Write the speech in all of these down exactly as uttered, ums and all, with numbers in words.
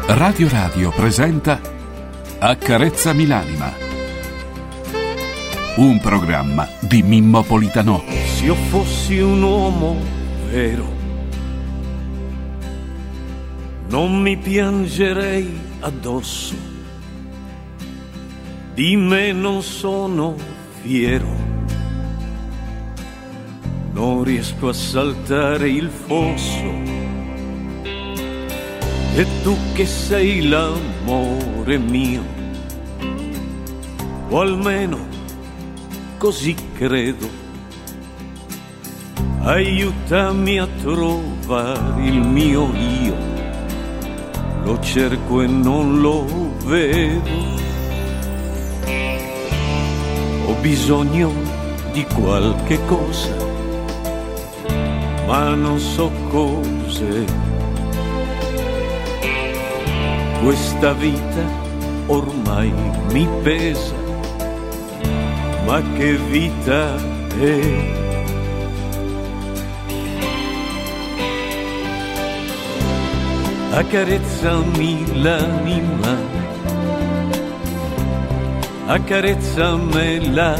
Radio Radio presenta Accarezzami l'anima, un programma di Mimmo Politano. Se io fossi un uomo vero, non mi piangerei addosso, di me non sono fiero, non riesco a saltare il fosso. E tu che sei l'amore mio, o almeno così credo, aiutami a trovare il mio io, lo cerco e non lo vedo. Ho bisogno di qualche cosa, ma non so cos'è. Questa vita ormai mi pesa, ma che vita è? Accarezzami l'anima, accarezzamela,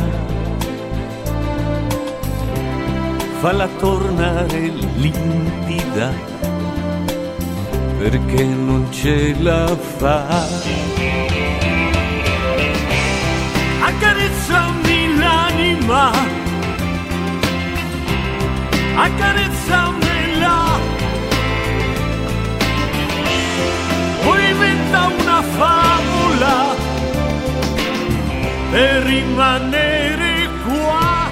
falla tornare limpida, perché non ce la fa. Accarezzami l'anima, accarezzamela, poi inventa una favola per rimanere qua,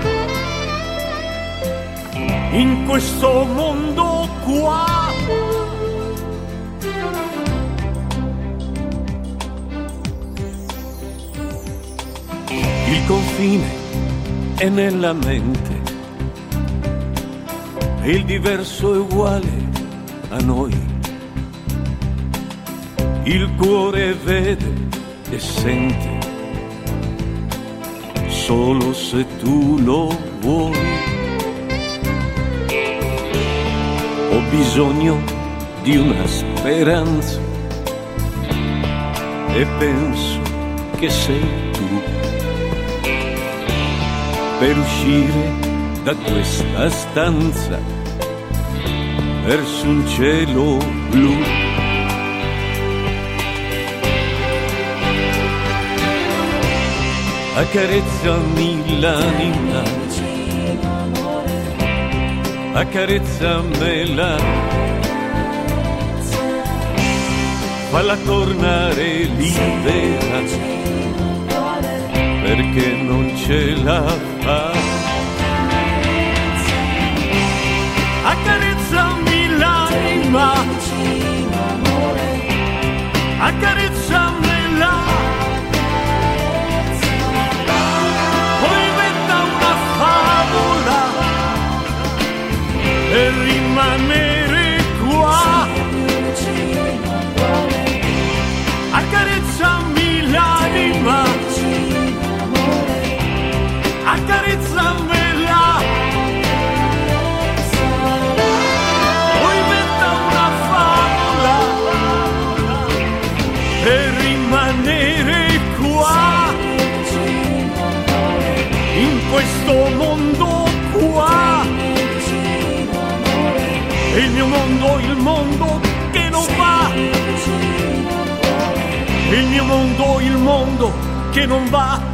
in questo mondo qua. Il confine è nella mente e il diverso è uguale a noi. Il cuore vede e sente solo se tu lo vuoi. Ho bisogno di una speranza e penso che sei tu, per uscire da questa stanza verso un cielo blu. Accarezzami l'anima, accarezzamela, falla tornare libera, perché non ce la fa. Accarezzami l'anima, accarezzamela, poi inventa una favola per rimanere qua. Accarezzami l'anima, accarezzamela, poi inventa una favola per rimanere qua, in questo mondo qua. Il mio mondo, il mondo che non va, il mio mondo, il mondo che non va.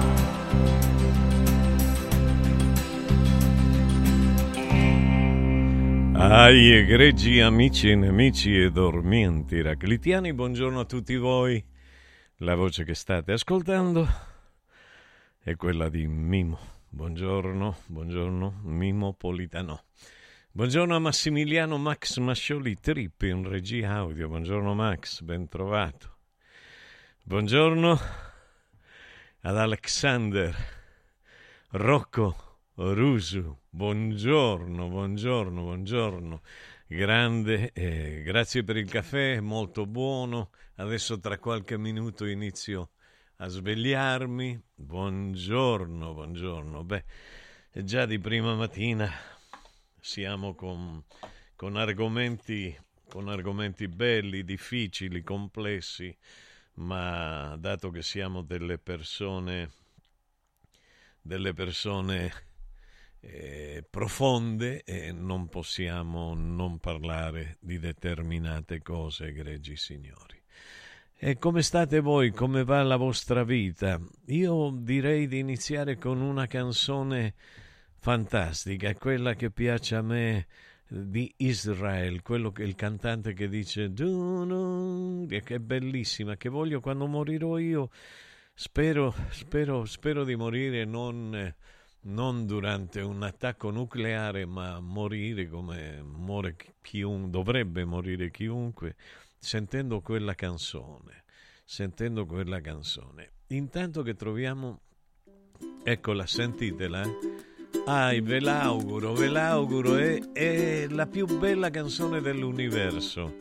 Ai egregi amici e nemici e dormienti raclitiani, buongiorno a tutti voi. La voce che state ascoltando è quella di Mimmo. Buongiorno, buongiorno Mimmo Politano. Buongiorno a Massimiliano Max Mascioli Trip in regia audio. Buongiorno Max, ben trovato. Buongiorno ad Alexander Rocco Rusu, buongiorno, buongiorno, buongiorno, grande, eh, grazie per il caffè, molto buono, adesso tra qualche minuto inizio a svegliarmi, buongiorno, buongiorno, beh, già di prima mattina siamo con, con argomenti con argomenti belli, difficili, complessi, ma dato che siamo delle persone, delle persone eh, profonde, eh, non possiamo non parlare di determinate cose, egregi signori. E come state voi? Come va la vostra vita? Io direi di iniziare con una canzone fantastica, quella che piace a me, di Israel, quello che il cantante che dice che è bellissima, che voglio quando morirò io, spero, spero, spero di morire non, non durante un attacco nucleare, ma morire come muore chiunque, dovrebbe morire chiunque, sentendo quella canzone, sentendo quella canzone. Intanto che troviamo, eccola, sentitela, eh? Ah, ve l'auguro, ve l'auguro, è, è la più bella canzone dell'universo.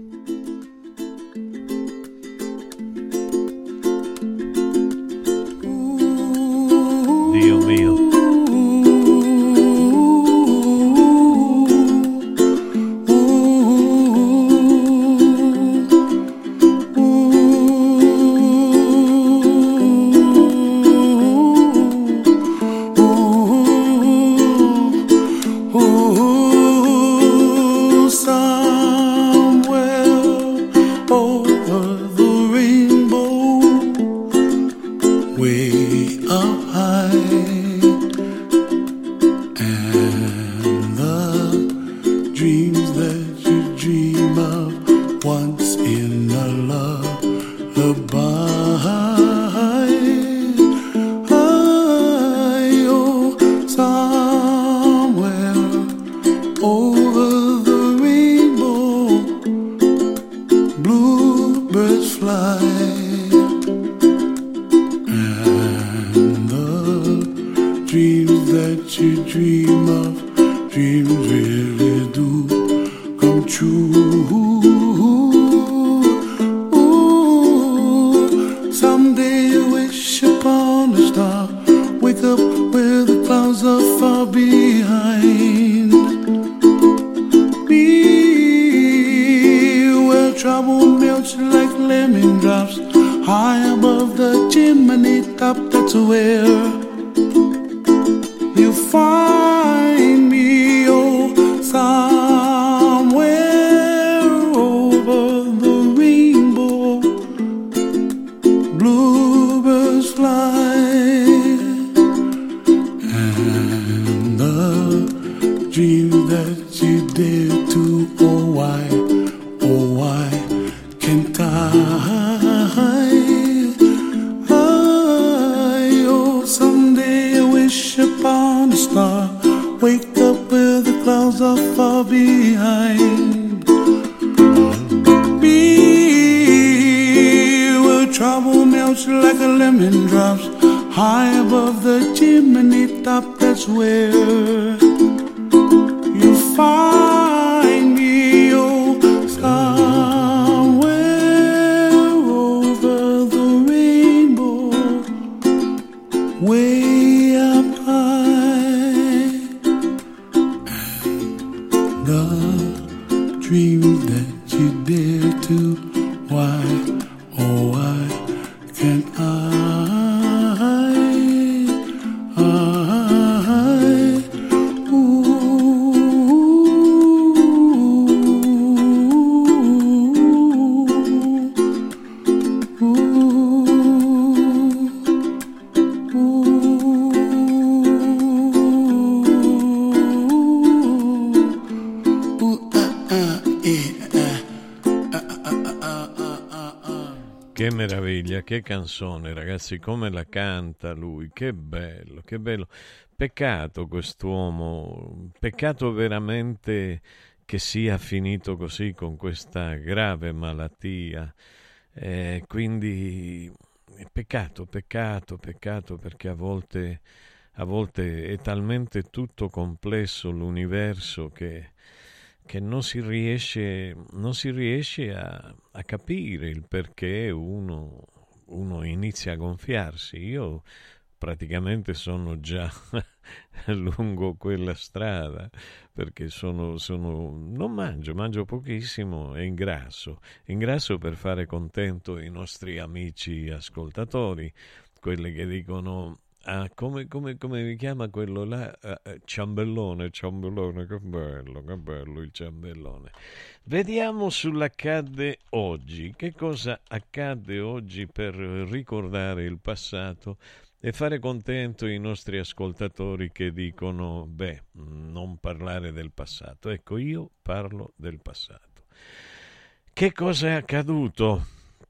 Dio mio. Che meraviglia, che canzone, ragazzi, come la canta lui, che bello, che bello. Peccato quest'uomo, peccato veramente che sia finito così con questa grave malattia. Eh, quindi peccato, peccato, peccato, perché a volte, a volte è talmente tutto complesso l'universo che... che non si riesce, non si riesce a, a capire il perché uno, uno inizia a gonfiarsi. Io praticamente sono già lungo quella strada, perché sono, sono non mangio, mangio pochissimo e ingrasso, ingrasso per fare contento i nostri amici ascoltatori, quelli che dicono: ah, come, come, come mi chiama quello là? Uh, ciambellone, ciambellone, che bello, che bello il ciambellone. Vediamo sull'accadde oggi. Che cosa accadde oggi per ricordare il passato e fare contento i nostri ascoltatori che dicono: beh, non parlare del passato. Ecco, io parlo del passato. Che cosa è accaduto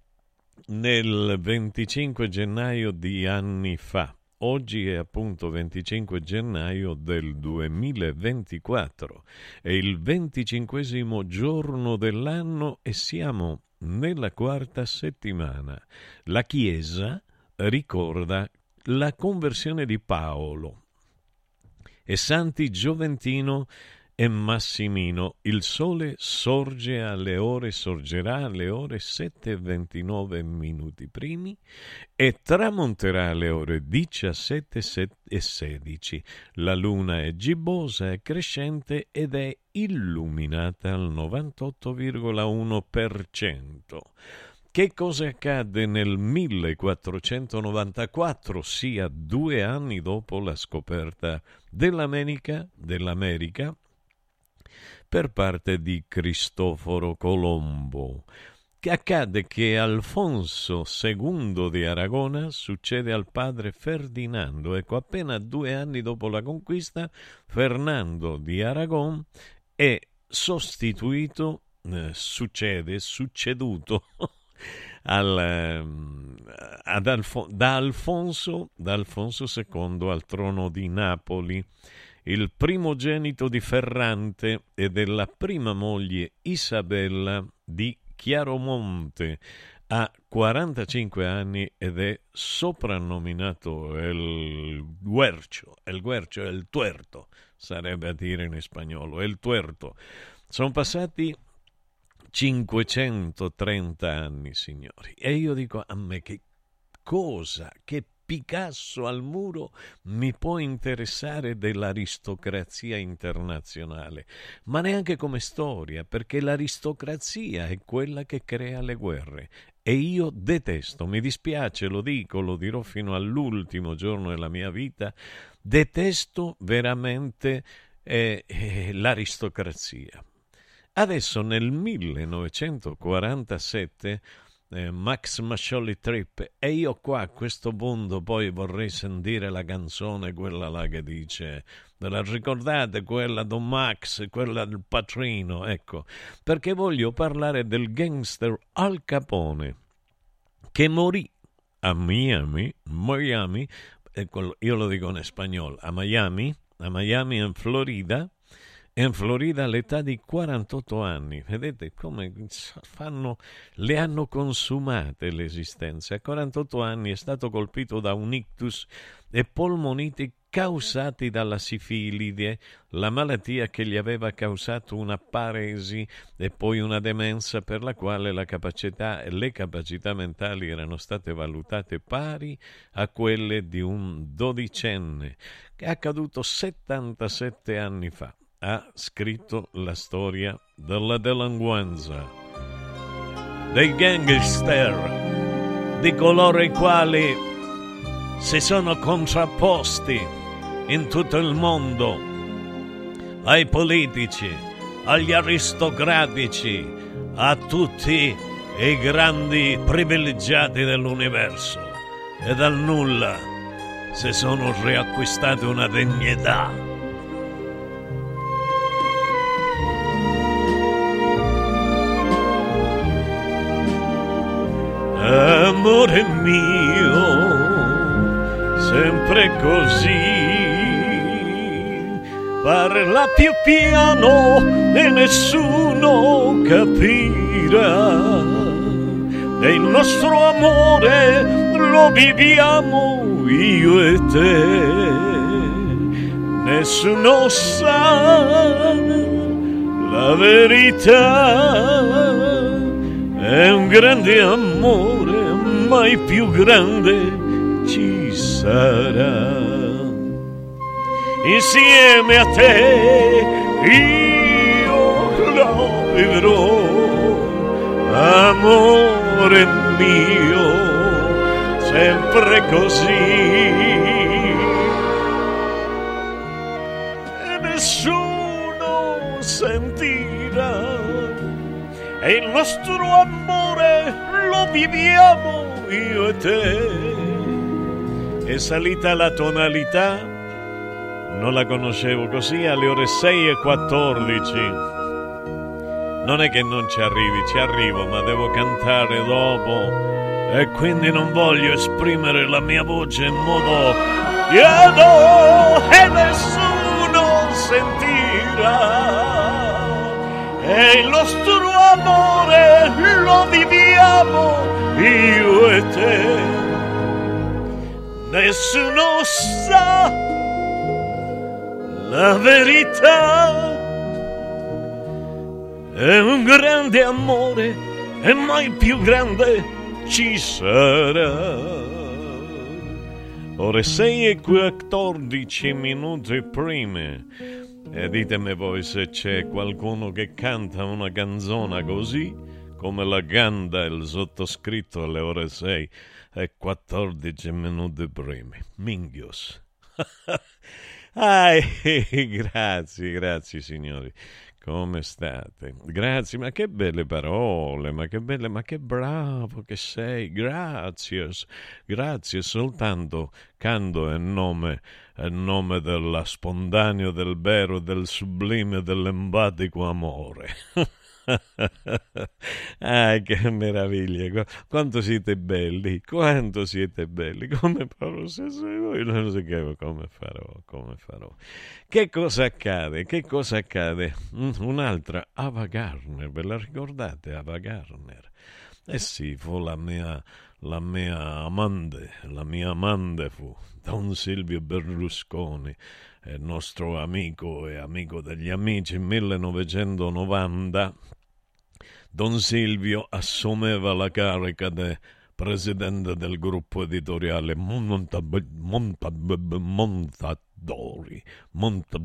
nel venticinque gennaio di anni fa? Oggi è appunto venticinque gennaio del duemilaventiquattro, è il venticinquesimo giorno dell'anno e siamo nella quarta settimana. La Chiesa ricorda la conversione di Paolo e santi Gioventino e Massimino. Il sole sorge alle ore, sorgerà alle ore sette e ventinove minuti primi e tramonterà alle ore diciassette e sedici. La luna è gibbosa e crescente ed è illuminata al novantotto virgola uno per cento. Che cosa accadde nel millequattrocentonovantaquattro, ossia due anni dopo la scoperta dell'America, dell'America per parte di Cristoforo Colombo? Che accade che Alfonso secondo di Aragona succede al padre Ferdinando. Ecco, appena due anni dopo la conquista, Fernando di Aragon è sostituito, eh, succede, succeduto al, eh, ad Alfo- da, Alfonso, da Alfonso secondo al trono di Napoli, il primogenito di Ferrante e della prima moglie Isabella di Chiaromonte. Ha quarantacinque anni ed è soprannominato El Guercio. El Guercio è il tuerto, sarebbe a dire in spagnolo, el tuerto. Sono passati cinquecentotrenta anni, signori, e io dico: a me che cosa, che Picasso al muro mi può interessare dell'aristocrazia internazionale, ma neanche come storia, perché l'aristocrazia è quella che crea le guerre e io detesto, mi dispiace, lo dico, lo dirò fino all'ultimo giorno della mia vita, detesto veramente eh, eh, l'aristocrazia. Adesso nel millenovecentoquarantasette Eh, Max Mascioli Trip, e io qua a questo punto poi vorrei sentire la canzone, quella là che dice, ve la ricordate, quella Don Max, quella del Patrino, ecco, perché voglio parlare del gangster Al Capone che morì a Miami, Miami, ecco, io lo dico in spagnolo, a Miami, a Miami in Florida, in Florida all'età di quarantotto anni. Vedete come fanno, le hanno consumate l'esistenza. A quarantotto anni è stato colpito da un ictus e polmoniti causati dalla sifilide, la malattia che gli aveva causato una paresi e poi una demenza per la quale la capacità, le capacità mentali erano state valutate pari a quelle di un dodicenne. È accaduto settantasette anni fa. Ha scritto la storia della delinquenza, dei gangster, di coloro i quali si sono contrapposti in tutto il mondo ai politici, agli aristocratici, a tutti i grandi privilegiati dell'universo, e dal nulla si sono riacquistati una dignità. Amore mio, sempre così, parla più piano e nessuno capirà, e il nostro amore lo viviamo io e te, nessuno sa la verità. È un grande amore, mai più grande ci sarà. Insieme a te io lo vivrò, amore mio, sempre così. E nessuno sentirà, e il nostro amore lo viviamo io e te. È salita la tonalità, non la conoscevo, così alle ore sei e quattordici. Non è che non ci arrivi, ci arrivo, ma devo cantare dopo e quindi non voglio esprimere la mia voce in modo piano e nessuno sentirà. E il nostro amore lo viviamo io e te. Nessuno sa la verità. È un grande amore e mai più grande ci sarà. Ore sei e quattordici minuti prime. E ditemi voi se c'è qualcuno che canta una canzone così come la canta il sottoscritto alle ore sei e quattordici minuti primi. Minghios. Ah, grazie, grazie signori. Come state? Grazie, ma che belle parole, ma che belle, ma che bravo che sei, grazie, grazie, soltanto canto in nome, in nome della spontaneo, del vero, del sublime, dell'empatico amore. Ah, che meraviglia, quanto siete belli, quanto siete belli, come farò se voi non so che, come farò, come farò. Che cosa accade, che cosa accade? Un'altra, Ava Gardner, ve la ricordate Ava Gardner? Eh sì, fu la mia, la mia amante, la mia amante fu Don Silvio Berlusconi, il nostro amico e amico degli amici. millenovecentonovanta Don Silvio assumeva la carica di presidente del gruppo editoriale Monta, Monta, Montadori, Monta,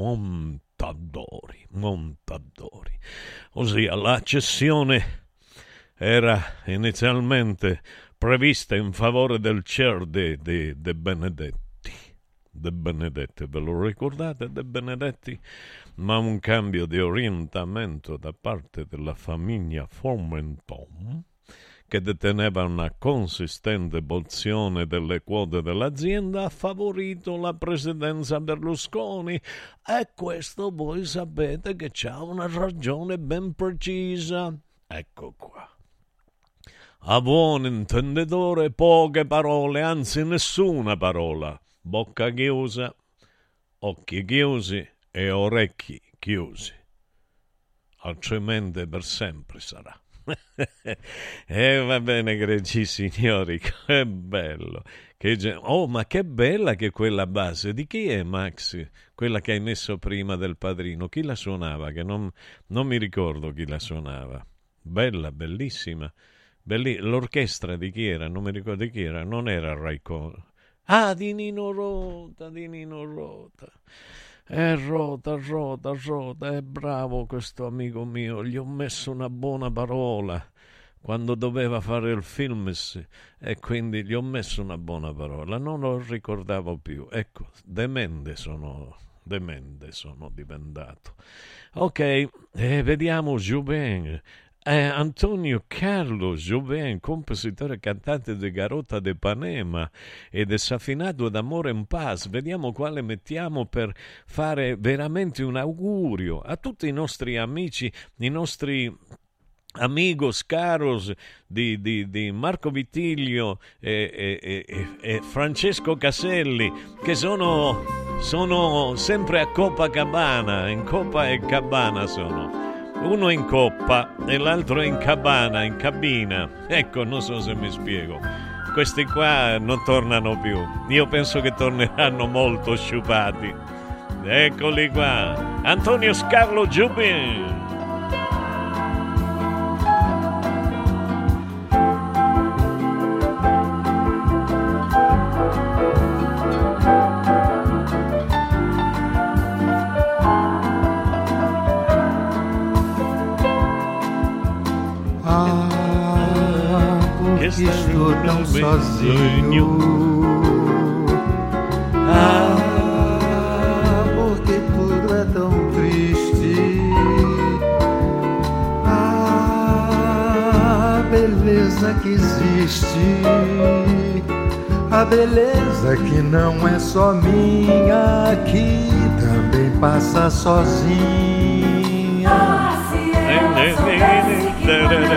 Montadori, Montadori. Ossia, la cessione era inizialmente prevista in favore del C E R De, de, de Benedetti. De Benedetti, ve lo ricordate? De Benedetti? Ma un cambio di orientamento da parte della famiglia Formenton, che deteneva una consistente porzione delle quote dell'azienda, ha favorito la presidenza Berlusconi, e questo voi sapete che c'ha una ragione ben precisa. Ecco qua. A buon intenditore poche parole, anzi nessuna parola. Bocca chiusa, occhi chiusi e orecchi chiusi, altrimenti per sempre sarà. E va bene, greci signori, che bello, che gen- oh, ma che bella che quella base, di chi è, Max? Quella che hai messo prima del Padrino, chi la suonava? Che non, non mi ricordo chi la suonava. Bella, bellissima. Belli- l'orchestra di chi era? Non mi ricordo di chi era, non era Raikkonen. Ah, di Nino Rota, di Nino Rota. È Rota, Rota, Rota, è bravo questo amico mio, gli ho messo una buona parola quando doveva fare il film e quindi gli ho messo una buona parola, non lo ricordavo più. Ecco, demente sono, demente sono diventato. Ok, eh, vediamo Jobim. Eh, Antonio Carlos Jobim, compositore e cantante di Garota de Ipanema e Desafinado d'Amore en Paz. Vediamo quale mettiamo per fare veramente un augurio a tutti i nostri amici, i nostri amigos caros di, di, di Marco Vittiglio e, e, e, e Francesco Caselli, che sono, sono sempre a Copacabana, in Copa e Cabana sono. Uno in coppa e l'altro in cabana, in cabina. Ecco, non so se mi spiego. Questi qua non tornano più. Io penso che torneranno molto sciupati. Eccoli qua. Antonio Carlos Jobim. estou tão sozinho. Ah, porque tudo é tão triste. Ah, a beleza que existe, a beleza que não é só minha, que também passa sozinha. Ah, se ela soubesse que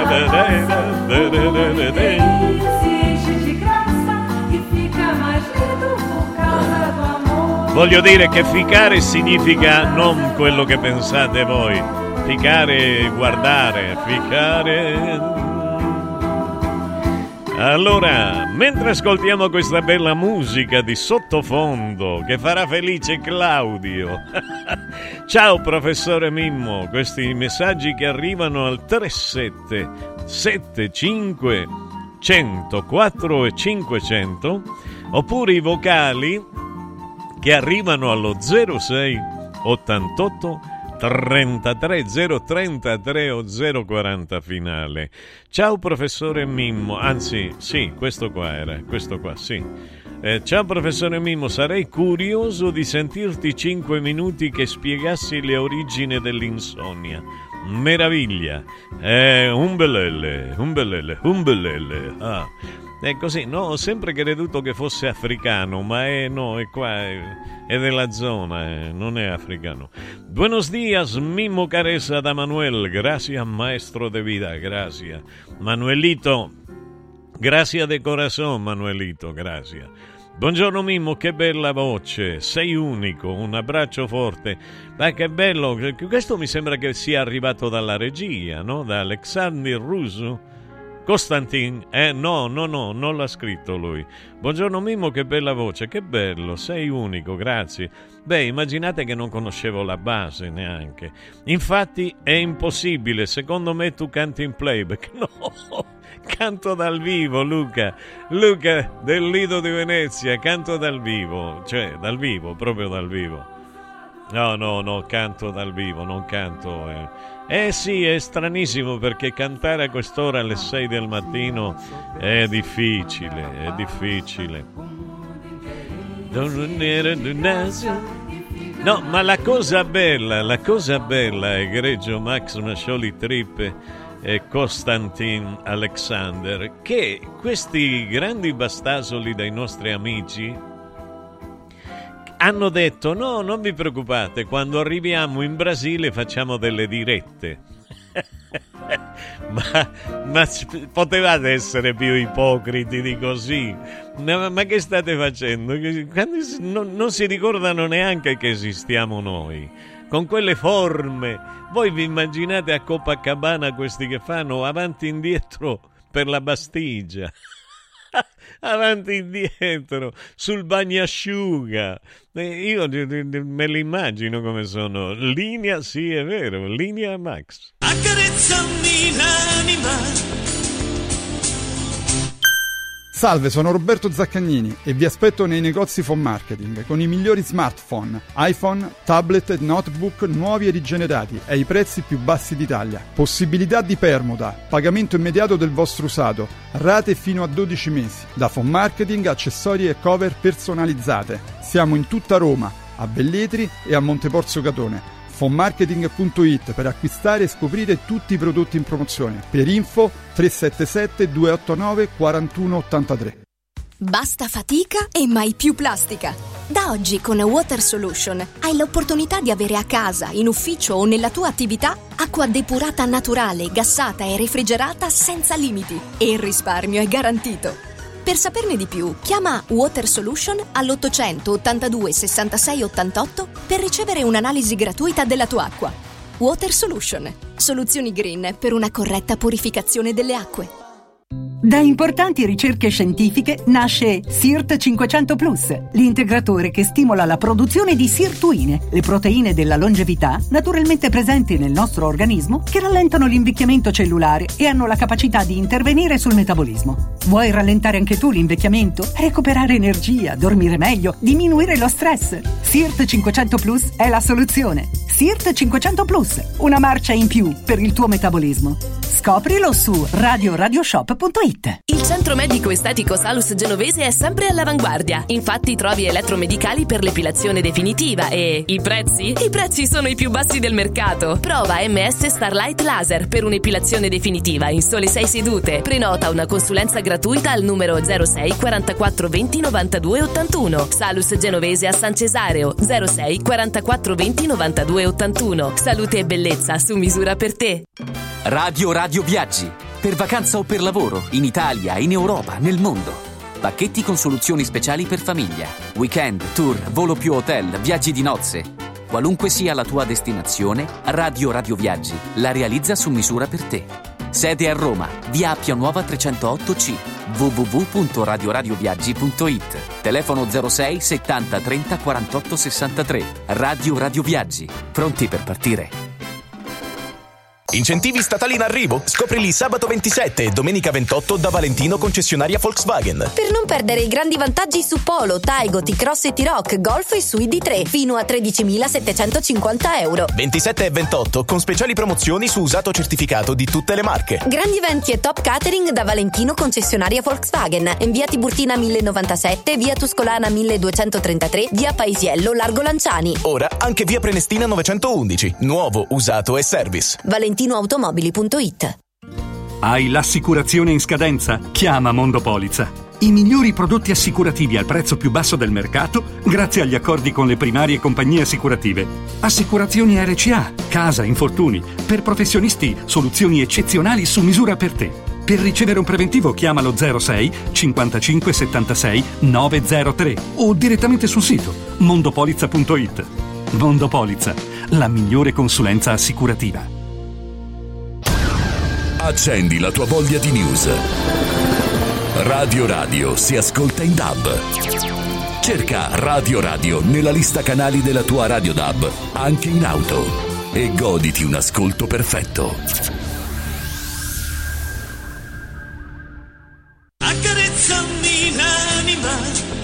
se enche de graça e fica mais lindo por causa do amor. Voglio dire che ficare significa non quello che pensate voi. Ficare, guardare, ficare. Allora, mentre ascoltiamo questa bella musica di sottofondo che farà felice Claudio. Ciao professore Mimmo, questi messaggi che arrivano al tre sette sette cinque zero quattro e cinquecento, oppure i vocali che arrivano allo zero sei ottantotto trentatré zero trentatré o zero quaranta finale. Ciao professore Mimmo, anzi sì, questo qua era, questo qua sì. Eh, ciao professore Mimmo, sarei curioso di sentirti cinque minuti che spiegassi le origini dell'insonnia. Meraviglia, eh, un belele, un belele, un belele. Ah. È così, no, ho sempre creduto che fosse africano, ma è no, è qua, è, è della zona, è, non è africano. Buenos días, Mimmo Caressa da Manuel, gracias maestro de vida, gracias. Manuelito, gracias de corazón, Manuelito, gracias. Buongiorno Mimmo, che bella voce, sei unico, un abbraccio forte. Ma che bello, questo mi sembra che sia arrivato dalla regia, no? Da Alexander Russo. Costantin, eh no, no, no, non l'ha scritto lui. Buongiorno Mimmo, che bella voce, che bello, sei unico, grazie. Beh, immaginate che non conoscevo la base neanche. Infatti è impossibile, secondo me tu canti in playback. No, canto dal vivo, Luca. Luca del Lido di Venezia, canto dal vivo, cioè dal vivo, proprio dal vivo. No, no, no, canto dal vivo, non canto... Eh. Eh sì, è stranissimo perché cantare a quest'ora alle sei del mattino è difficile, è difficile. No, ma la cosa bella, la cosa bella, egregio Max Mascioli Trippe e Costantin Alexander, che questi grandi bastasoli dai nostri amici hanno detto no, non vi preoccupate, quando arriviamo in Brasile facciamo delle dirette. ma, ma potevate essere più ipocriti di così? Ma, ma che state facendo? Non, non si ricordano neanche che esistiamo noi. Con quelle forme, voi vi immaginate a Copacabana questi che fanno avanti e indietro per la Bastiglia? Avanti e indietro sul bagnasciuga. Io me li immagino come sono. Linea, sì, è vero, linea Max. Accarezzami l'anima. Salve, sono Roberto Zaccagnini e vi aspetto nei negozi Phone Marketing con i migliori smartphone, iPhone, tablet e notebook nuovi e rigenerati ai prezzi più bassi d'Italia. Possibilità di permuta, pagamento immediato del vostro usato, rate fino a dodici mesi. Da Phone Marketing, accessori e cover personalizzate. Siamo in tutta Roma, a Velletri e a Monteporzio Catone. phone marketing punto it per acquistare e scoprire tutti i prodotti in promozione. Per info tre sette sette due otto nove quattro uno otto tre. Basta fatica e mai più plastica. Da oggi con Water Solution hai l'opportunità di avere a casa, in ufficio o nella tua attività acqua depurata naturale, gassata e refrigerata senza limiti. E il risparmio è garantito. Per saperne di più, chiama Water Solution all'ottocento ottantadue sessantasei ottantotto per ricevere un'analisi gratuita della tua acqua. Water Solution, soluzioni green per una corretta purificazione delle acque. Da importanti ricerche scientifiche nasce SIRT cinquecento plus, l'integratore che stimola la produzione di sirtuine, le proteine della longevità naturalmente presenti nel nostro organismo che rallentano l'invecchiamento cellulare e hanno la capacità di intervenire sul metabolismo. Vuoi rallentare anche tu l'invecchiamento? Recuperare energia, dormire meglio, diminuire lo stress? SIRT cinquecento plus è la soluzione. SIRT cinquecento plus, una marcia in più per il tuo metabolismo. Scoprilo su radio radioshop punto it. it. Il centro medico estetico Salus Genovese è sempre all'avanguardia. Infatti trovi elettromedicali per l'epilazione definitiva e i prezzi? I prezzi sono i più bassi del mercato. Prova M S Starlight Laser per un'epilazione definitiva in sole sei sedute. Prenota una consulenza gratuita al numero zero sei quarantaquattro venti novantadue ottantuno. Salus Genovese a San Cesareo zero sei quarantaquattro venti novantadue ottantuno. Salute e bellezza su misura per te. Radio Radio Viaggi. Per vacanza o per lavoro, in Italia, in Europa, nel mondo. Pacchetti con soluzioni speciali per famiglia. Weekend, tour, volo più hotel, viaggi di nozze. Qualunque sia la tua destinazione, Radio Radio Viaggi la realizza su misura per te. Sede a Roma, via Appia Nuova trecentootto C, w w w punto radio radio viaggi punto it. Telefono zero sei settanta trenta quarantotto sessantatré. Radio Radio Viaggi, pronti per partire. Incentivi statali in arrivo? Scoprili sabato ventisette e domenica ventotto da Valentino concessionaria Volkswagen. Per non perdere i grandi vantaggi su Polo, Taigo, T-Cross e T-Roc, Golf e su I D tre fino a tredicimilasettecentocinquanta euro. ventisette e ventotto con speciali promozioni su usato certificato di tutte le marche. Grandi eventi e top catering da Valentino concessionaria Volkswagen. In via Tiburtina mille novantasette, via Tuscolana milleduecentotrentatré, via Paisiello, Largo Lanciani. Ora anche via Prenestina novecentoundici. Nuovo, usato e service. Valentino automobili punto it. Hai l'assicurazione in scadenza? Chiama Mondopolizza. I migliori prodotti assicurativi al prezzo più basso del mercato grazie agli accordi con le primarie compagnie assicurative. Assicurazioni R C A, casa, infortuni. Per professionisti, soluzioni eccezionali su misura per te. Per ricevere un preventivo chiamalo zero sei cinquantacinque settantasei novecentotre o direttamente sul sito mondopolizza punto it. Mondopolizza, la migliore consulenza assicurativa. Accendi la tua voglia di news. Radio Radio si ascolta in D A B. Cerca Radio Radio nella lista canali della tua Radio D A B, anche in auto, e goditi un ascolto perfetto. Accarezzami l'anima.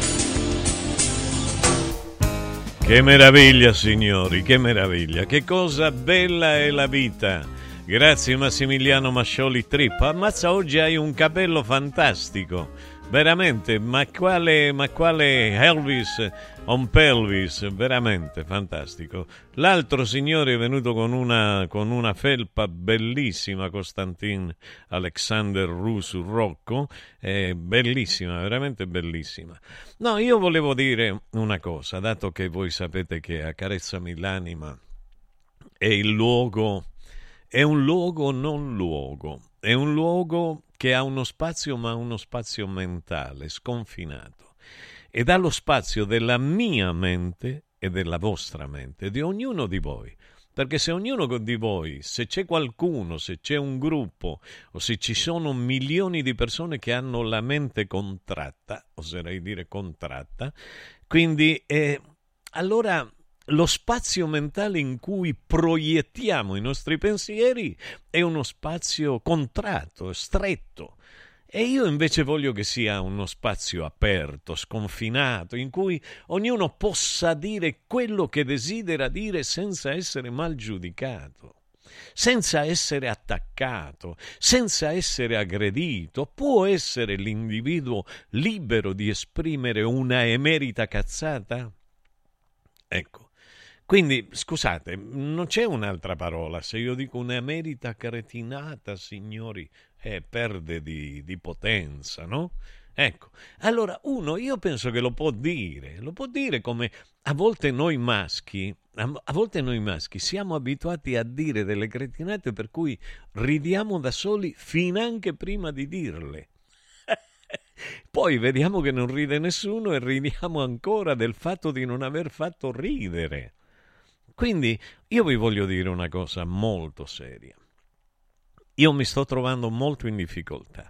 Che meraviglia, signori, che meraviglia. Che cosa bella è la vita. Grazie Massimiliano Mascioli Trip. Ammazza, oggi hai un capello fantastico. Veramente, ma quale, ma quale Elvis on pelvis, veramente fantastico. L'altro signore è venuto con una, con una felpa bellissima, Costantin Alexander Rusu Rocco, è bellissima, veramente bellissima. No, io volevo dire una cosa, dato che voi sapete che Accarezzami l'anima è il luogo, è un luogo non luogo, è un luogo che ha uno spazio, ma uno spazio mentale, sconfinato, ed ha lo spazio della mia mente e della vostra mente, di ognuno di voi. Perché se ognuno di voi, se c'è qualcuno, se c'è un gruppo, o se ci sono milioni di persone che hanno la mente contratta, oserei dire contratta, quindi eh, allora lo spazio mentale in cui proiettiamo i nostri pensieri è uno spazio contratto, stretto. E io invece voglio che sia uno spazio aperto, sconfinato, in cui ognuno possa dire quello che desidera dire senza essere mal giudicato, senza essere attaccato, senza essere aggredito. Può essere l'individuo libero di esprimere una emerita cazzata? Ecco. Quindi, scusate, non c'è un'altra parola. Se io dico un'emerita cretinata, signori, eh, perde di, di potenza, no? Ecco, allora uno, io penso che lo può dire, lo può dire come a volte noi maschi, a, a volte noi maschi siamo abituati a dire delle cretinate per cui ridiamo da soli finanche prima di dirle. Poi vediamo che non ride nessuno e ridiamo ancora del fatto di non aver fatto ridere. Quindi io vi voglio dire una cosa molto seria. Io mi sto trovando molto in difficoltà.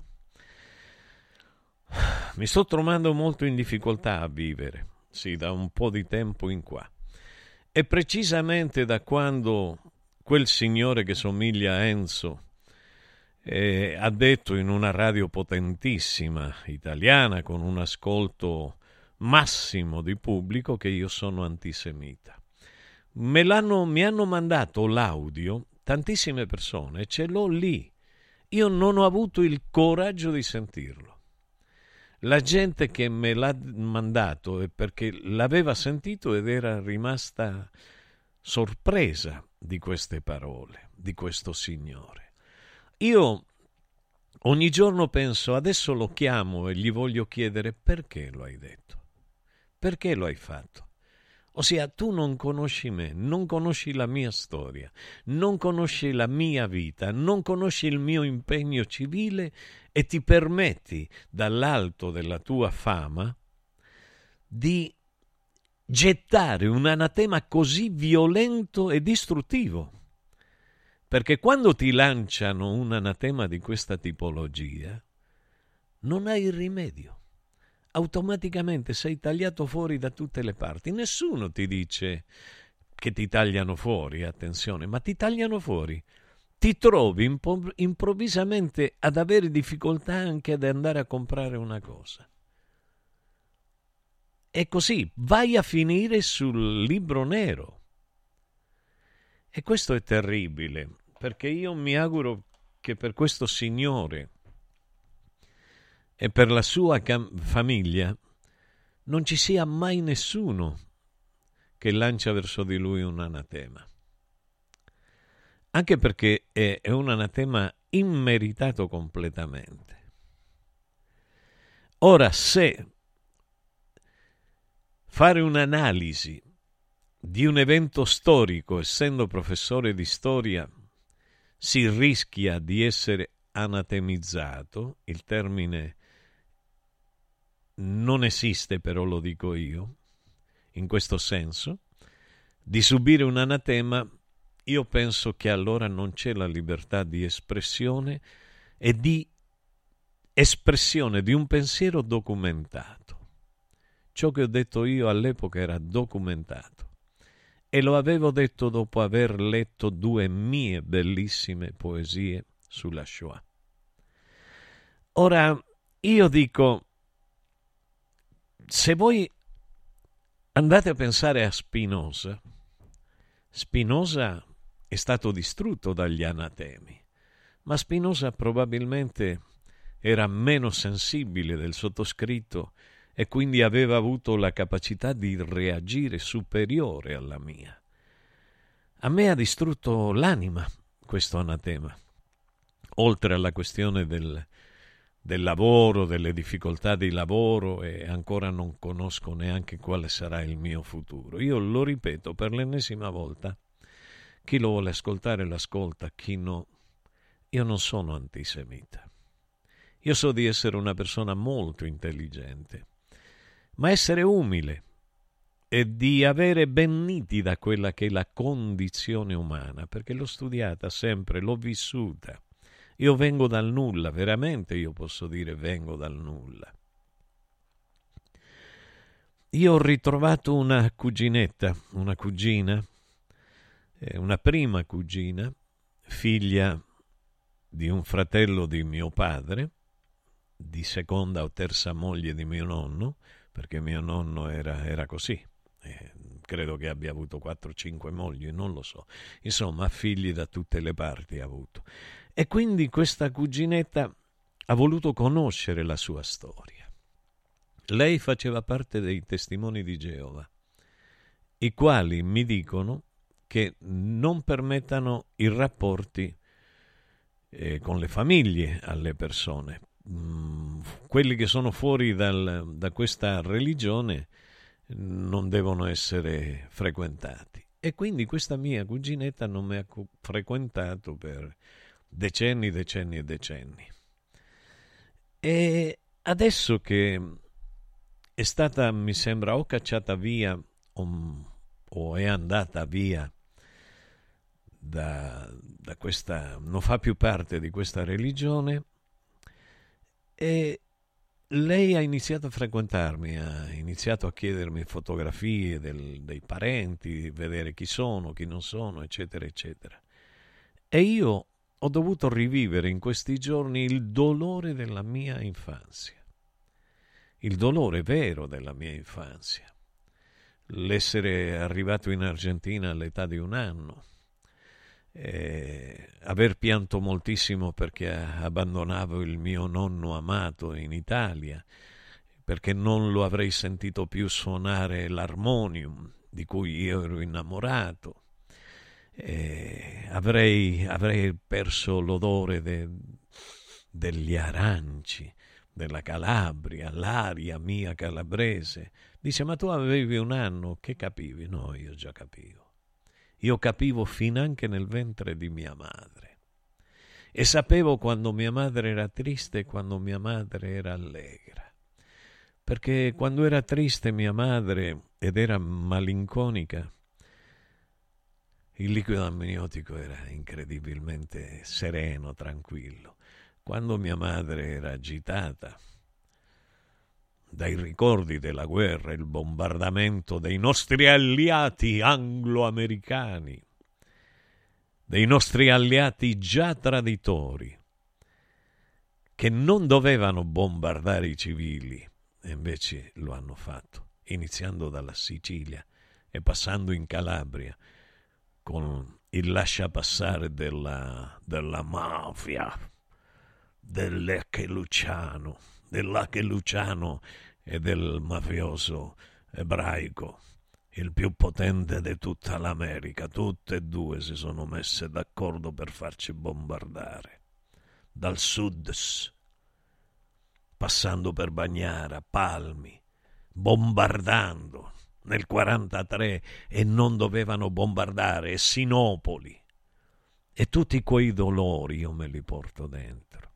Mi sto trovando molto in difficoltà a vivere, sì, da un po' di tempo in qua. E precisamente da quando quel signore che somiglia a Enzo eh, ha detto in una radio potentissima italiana con un ascolto massimo di pubblico che io sono antisemita. Me l'hanno, mi hanno mandato l'audio tantissime persone, ce l'ho lì Io non ho avuto il coraggio di sentirlo. La gente che me l'ha mandato è perché l'aveva sentito ed era rimasta sorpresa di queste parole, di questo signore. Io ogni giorno penso, adesso lo chiamo e gli voglio chiedere perché lo hai detto, perché lo hai fatto. Ossia, tu non conosci me, non conosci la mia storia, non conosci la mia vita, non conosci il mio impegno civile e ti permetti, dall'alto della tua fama, di gettare un anatema così violento e distruttivo. Perché quando ti lanciano un anatema di questa tipologia, non hai il rimedio. Automaticamente sei tagliato fuori da tutte le parti. Nessuno ti dice che ti tagliano fuori, attenzione, ma ti tagliano fuori. Ti trovi impo- improvvisamente ad avere difficoltà anche ad andare a comprare una cosa. E così vai a finire sul libro nero. E questo è terribile, perché io mi auguro che per questo signore e per la sua cam- famiglia non ci sia mai nessuno che lancia verso di lui un anatema. Anche perché è, è un anatema immeritato completamente. Ora, se fare un'analisi di un evento storico, essendo professore di storia, si rischia di essere anatemizzato, il termine non esiste, però lo dico io, in questo senso, di subire un anatema, io penso che allora non c'è la libertà di espressione e di espressione di un pensiero documentato. Ciò che ho detto io all'epoca era documentato e lo avevo detto dopo aver letto due mie bellissime poesie sulla Shoah. Ora, io dico, se voi andate a pensare a Spinoza, Spinoza è stato distrutto dagli anatemi, ma Spinoza probabilmente era meno sensibile del sottoscritto e quindi aveva avuto la capacità di reagire superiore alla mia. A me ha distrutto l'anima questo anatema, oltre alla questione del del lavoro, delle difficoltà di lavoro, e ancora non conosco neanche quale sarà il mio futuro. Io lo ripeto per l'ennesima volta, chi lo vuole ascoltare l'ascolta, chi no. Io non sono antisemita. Io so di essere una persona molto intelligente, ma essere umile e di avere ben nitida quella che è la condizione umana, perché l'ho studiata sempre, l'ho vissuta. Io vengo dal nulla, veramente io posso dire vengo dal nulla. Io ho ritrovato una cuginetta, una cugina, eh, una prima cugina, figlia di un fratello di mio padre, di seconda o terza moglie di mio nonno, perché mio nonno era, era così. Eh, credo che abbia avuto quattro o cinque mogli, non lo so. Insomma, figli da tutte le parti ha avuto. E quindi questa cuginetta ha voluto conoscere la sua storia. Lei faceva parte dei testimoni di Geova, i quali mi dicono che non permettano i rapporti eh, con le famiglie alle persone. Mm, quelli che sono fuori dal, da questa religione non devono essere frequentati. E quindi questa mia cuginetta non mi ha frequentato per decenni, decenni e decenni. E adesso che è stata, mi sembra, o cacciata via o, o è andata via da, da questa, non fa più parte di questa religione, e lei ha iniziato a frequentarmi, ha iniziato a chiedermi fotografie del, dei parenti, vedere chi sono, chi non sono, eccetera, eccetera. E io ho dovuto rivivere in questi giorni il dolore della mia infanzia, il dolore vero della mia infanzia, l'essere arrivato in Argentina all'età di un anno, eh, aver pianto moltissimo perché abbandonavo il mio nonno amato in Italia, perché non lo avrei sentito più suonare l'armonium di cui io ero innamorato. Eh, avrei, avrei perso l'odore de, degli aranci, della Calabria, l'aria mia calabrese. Dice, ma tu avevi un anno, che capivi? No, io già capivo. Io capivo finanche nel ventre di mia madre. E sapevo quando mia madre era triste e quando mia madre era allegra. Perché quando era triste mia madre ed era malinconica, il liquido amniotico era incredibilmente sereno, tranquillo. Quando mia madre era agitata dai ricordi della guerra, il bombardamento dei nostri alleati anglo-americani, dei nostri alleati già traditori, che non dovevano bombardare i civili, e invece lo hanno fatto, iniziando dalla Sicilia e passando in Calabria, con il lasciapassare della, della mafia, dell'Ecche Luciano, dell'Ecche Luciano e del mafioso ebraico, il più potente di tutta l'America. Tutte e due si sono messe d'accordo per farci bombardare, dal sud, passando per Bagnara, Palmi, bombardando nel quarantatré, e non dovevano bombardare, e Sinopoli, e tutti quei dolori io me li porto dentro.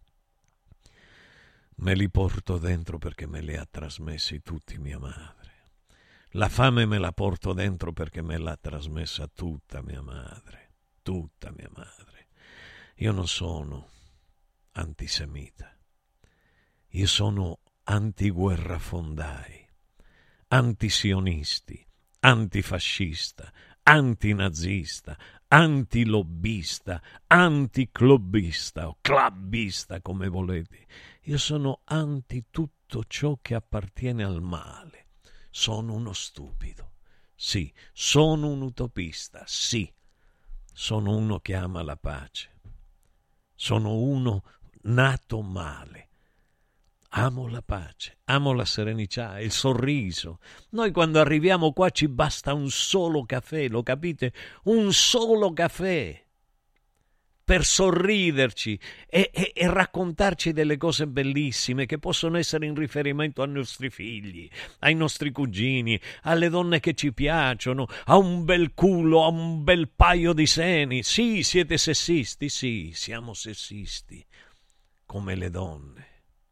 Me li porto dentro perché me li ha trasmessi tutti mia madre. La fame me la porto dentro perché me l'ha trasmessa tutta mia madre, tutta mia madre. Io non sono antisemita, io sono antiguerrafondai, antisionisti, antifascista, antinazista, antilobbista, anticlubbista o clubbista, come volete. Io sono anti tutto ciò che appartiene al male. Sono uno stupido, sì. Sono un utopista, sì. Sono uno che ama la pace. Sono uno nato male. Amo la pace, amo la serenità, il sorriso. Noi quando arriviamo qua ci basta un solo caffè, lo capite? Un solo caffè per sorriderci e, e, e raccontarci delle cose bellissime che possono essere in riferimento ai nostri figli, ai nostri cugini, alle donne che ci piacciono, a un bel culo, a un bel paio di seni. Sì, siete sessisti, sì, siamo sessisti, come le donne.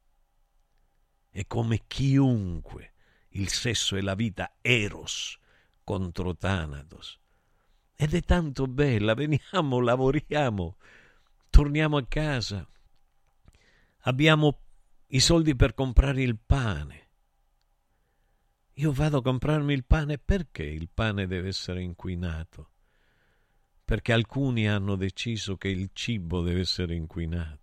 E come chiunque, il sesso è la vita, Eros contro Thanatos. Ed è tanto bella, veniamo, lavoriamo, torniamo a casa, abbiamo i soldi per comprare il pane. Io vado a comprarmi il pane, perché il pane deve essere inquinato? Perché alcuni hanno deciso che il cibo deve essere inquinato.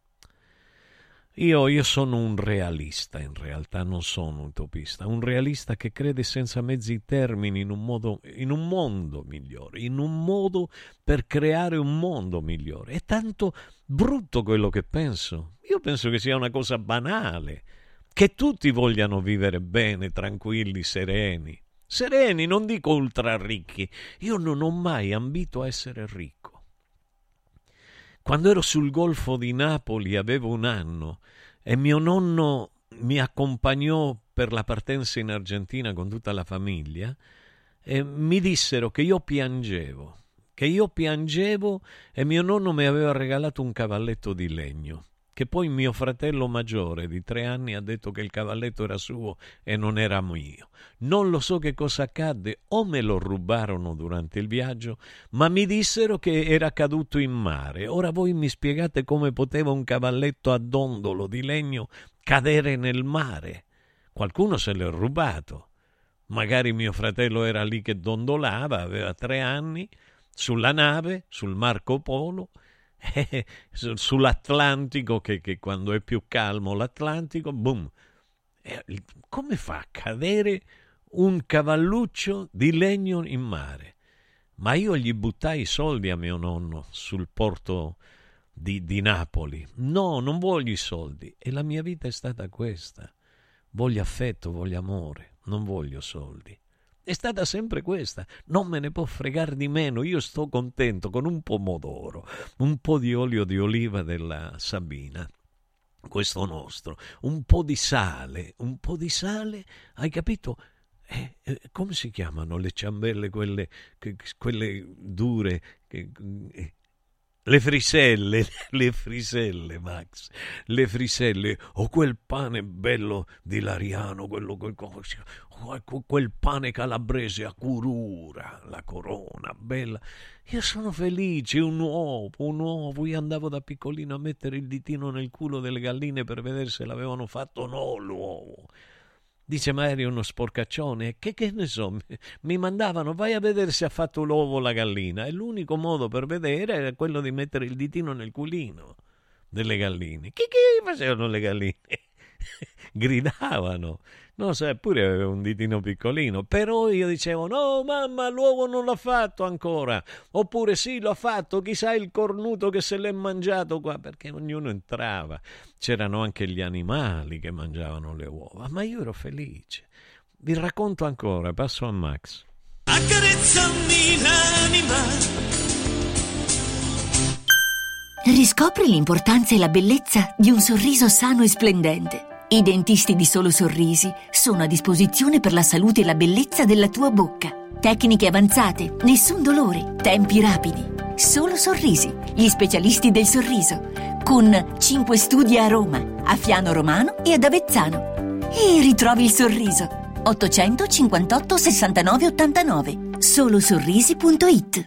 Io, io sono un realista, in realtà non sono un utopista, un realista che crede senza mezzi termini in un modo, in un mondo migliore, in un modo per creare un mondo migliore. È tanto brutto quello che penso. Io penso che sia una cosa banale, che tutti vogliano vivere bene, tranquilli, sereni. Sereni, non dico ultra ricchi. Io non ho mai ambito a essere ricco. Quando ero sul golfo di Napoli avevo un anno e mio nonno mi accompagnò per la partenza in Argentina con tutta la famiglia e mi dissero che io piangevo, che io piangevo e mio nonno mi aveva regalato un cavalletto di legno, che poi mio fratello maggiore di tre anni ha detto che il cavalletto era suo e non era mio. Non lo so che cosa accadde, o me lo rubarono durante il viaggio, ma mi dissero che era caduto in mare. Ora voi mi spiegate come poteva un cavalletto a dondolo di legno cadere nel mare? Qualcuno se l'è rubato. Magari mio fratello era lì che dondolava, aveva tre anni, sulla nave, sul Marco Polo, Eh, sull'Atlantico, che, che quando è più calmo l'Atlantico, boom, eh, come fa a cadere un cavalluccio di legno in mare? Ma io gli buttai i soldi a mio nonno sul porto di, di Napoli. No, non voglio i soldi. E la mia vita è stata questa. Voglio affetto, voglio amore, non voglio soldi. È stata sempre questa. Non me ne può fregare di meno. Io sto contento con un pomodoro, un po' di olio di oliva della Sabina, questo nostro, un po' di sale, un po' di sale, hai capito? Eh, eh, come si chiamano le ciambelle, quelle, che, quelle dure, che, eh, le friselle, le friselle, Max, le friselle, o quel pane bello di Lariano, quello, quel, quel pane calabrese a curura, la corona, bella. Io sono felice, un uovo, un uovo. Io andavo da piccolino a mettere il ditino nel culo delle galline per vedere se l'avevano fatto o no l'uovo. Dice, ma eri uno sporcaccione? Che, che ne so, mi mandavano, vai a vedere se ha fatto l'uovo la gallina. E l'unico modo per vedere era quello di mettere il ditino nel culino delle galline. Che, che facevano le galline? Gridavano. Non so, eppure aveva un ditino piccolino. Però io dicevo, no mamma, l'uovo non l'ha fatto ancora. Oppure sì, l'ha fatto, chissà il cornuto che se l'è mangiato qua. Perché ognuno entrava. C'erano anche gli animali che mangiavano le uova. Ma io ero felice. Vi racconto ancora, passo a Max. Accarezzami l'anima. Riscopri l'importanza e la bellezza di un sorriso sano e splendente. I dentisti di Solo Sorrisi sono a disposizione per la salute e la bellezza della tua bocca. Tecniche avanzate, nessun dolore, tempi rapidi. Solo Sorrisi, gli specialisti del sorriso, con cinque studi a Roma, a Fiano Romano e ad Avezzano. E ritrovi il sorriso. ottocentocinquantotto sessantanove ottantanove. solo sorrisi punto it.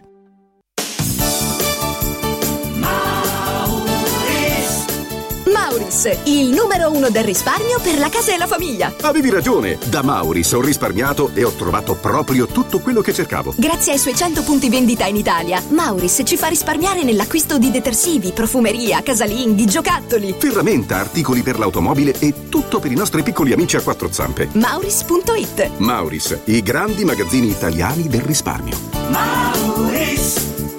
Mauris, il numero uno del risparmio per la casa e la famiglia. Avevi ragione, da Mauris ho risparmiato e ho trovato proprio tutto quello che cercavo. Grazie ai suoi cento punti vendita in Italia, Mauris ci fa risparmiare nell'acquisto di detersivi, profumeria, casalinghi, giocattoli, ferramenta, articoli per l'automobile e tutto per i nostri piccoli amici a quattro zampe. Mauris punto it. Mauris, i grandi magazzini italiani del risparmio. Mauris.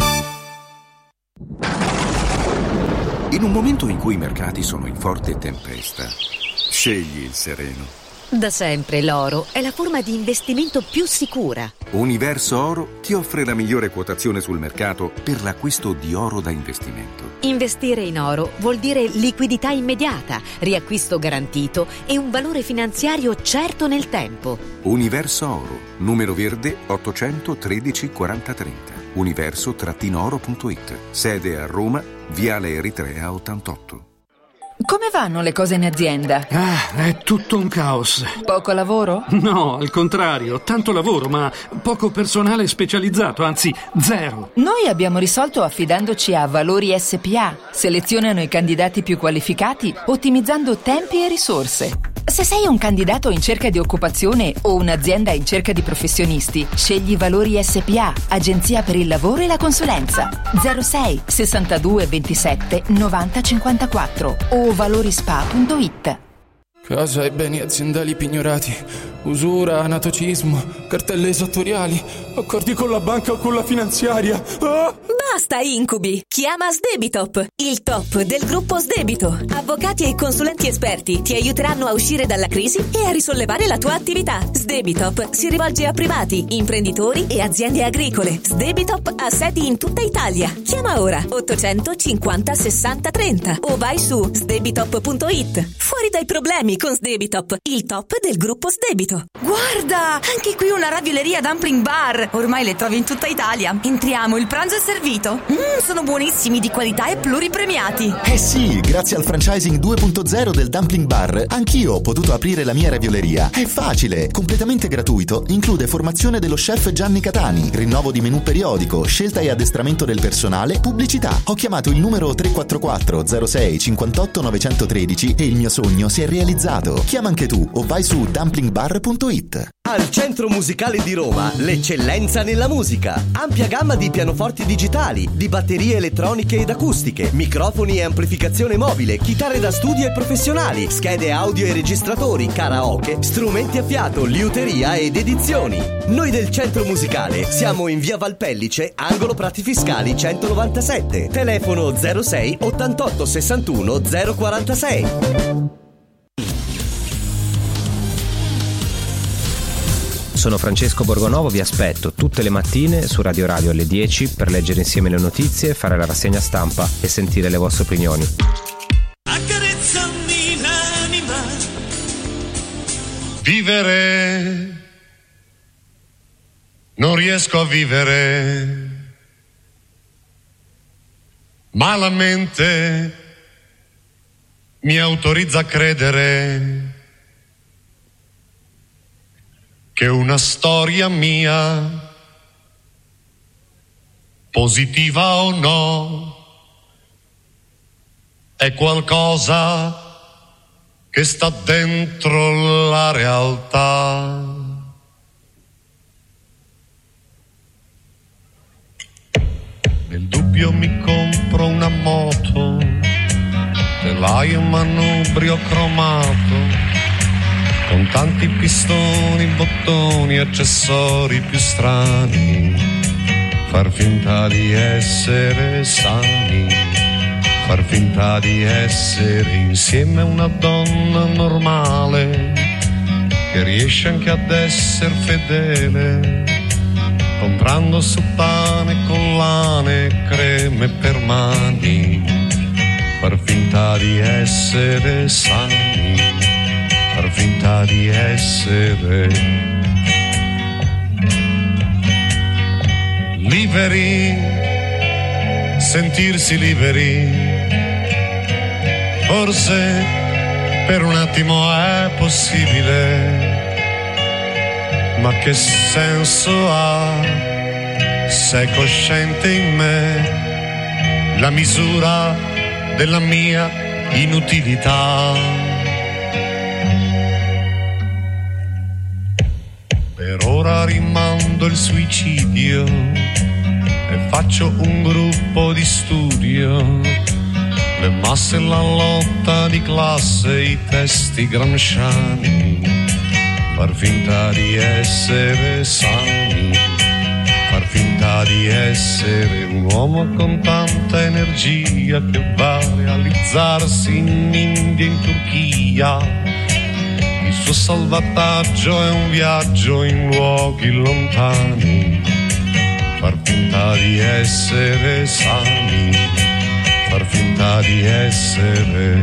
In un momento in cui i mercati sono in forte tempesta, scegli il sereno. Da sempre l'oro è la forma di investimento più sicura. Universo Oro ti offre la migliore quotazione sul mercato per l'acquisto di oro da investimento. Investire in oro vuol dire liquidità immediata, riacquisto garantito e un valore finanziario certo nel tempo. Universo Oro, numero verde ottocentotredici quaranta trenta. universo oro punto it. Sede a Roma, Viale Eritrea ottantotto. Come vanno le cose in azienda? Ah, è tutto un caos. Poco lavoro? No, al contrario, tanto lavoro, ma poco personale specializzato, anzi zero. Noi abbiamo risolto affidandoci a Valori S P A. Selezionano i candidati più qualificati, ottimizzando tempi e risorse. Se sei un candidato in cerca di occupazione o un'azienda in cerca di professionisti, scegli Valori S P A, agenzia per il lavoro e la consulenza. zero sei sessantadue ventisette novanta cinquantaquattro o valorispa punto it. Casa e beni aziendali pignorati, usura, anatocismo, cartelle esattoriali, accordi con la banca o con la finanziaria. Ah! Basta incubi! Chiama Sdebitop, il top del gruppo Sdebito. Avvocati e consulenti esperti ti aiuteranno a uscire dalla crisi e a risollevare la tua attività. Sdebitop si rivolge a privati, imprenditori e aziende agricole. Sdebitop ha sedi in tutta Italia. Chiama ora ottocentocinquanta sessanta trenta o vai su sdebitop punto it. Fuori dai problemi con Sdebitop, il top del gruppo Sdebito. Guarda, anche qui una ravioleria dumpling bar. Ormai le trovi in tutta Italia. Entriamo, il pranzo è servito. Mmm, sono buonissimi, di qualità e pluripremiati. Eh sì, grazie al franchising due punto zero del Dumpling Bar, anch'io ho potuto aprire la mia ravioleria. È facile, completamente gratuito, include formazione dello chef Gianni Catani, rinnovo di menù periodico, scelta e addestramento del personale, pubblicità. Ho chiamato il numero tre quattro quattro zero sei cinquantotto novecentotredici e il mio sogno si è realizzato. Chiama anche tu o vai su dumpling bar punto it. Al Centro Musicale di Roma, l'eccellenza nella musica. Ampia gamma di pianoforti digitali, di batterie elettroniche ed acustiche, microfoni e amplificazione mobile, chitarre da studio e professionali, schede audio e registratori, karaoke, strumenti a fiato, liuteria ed edizioni. Noi del Centro Musicale siamo in via Valpellice, angolo Prati Fiscali centonovantasette. Telefono zero sei ottantotto sessantuno zero quarantasei. Sono Francesco Borgonovo, vi aspetto tutte le mattine su Radio Radio alle dieci per leggere insieme le notizie, fare la rassegna stampa e sentire le vostre opinioni. Accarezzami l'anima. Vivere, non riesco a vivere, ma la mente mi autorizza a credere che una storia mia, positiva o no, è qualcosa che sta dentro la realtà. Nel dubbio mi compro una moto, telaio e manubrio cromato, con tanti pistoni, bottoni, accessori più strani, far finta di essere sani, far finta di essere insieme a una donna normale, che riesce anche ad essere fedele, comprando su pane, collane, creme per mani, far finta di essere sani, far finta di essere liberi, sentirsi liberi. Forse per un attimo è possibile, ma che senso ha se è cosciente in me la misura della mia inutilità? Per ora rimando il suicidio e faccio un gruppo di studio, le masse e la lotta di classe, i testi gramsciani, far finta di essere sani, far finta di essere un uomo con tanta energia che va a realizzarsi in India, in Turchia. Il suo salvataggio è un viaggio in luoghi lontani, far finta di essere sani, far finta di essere.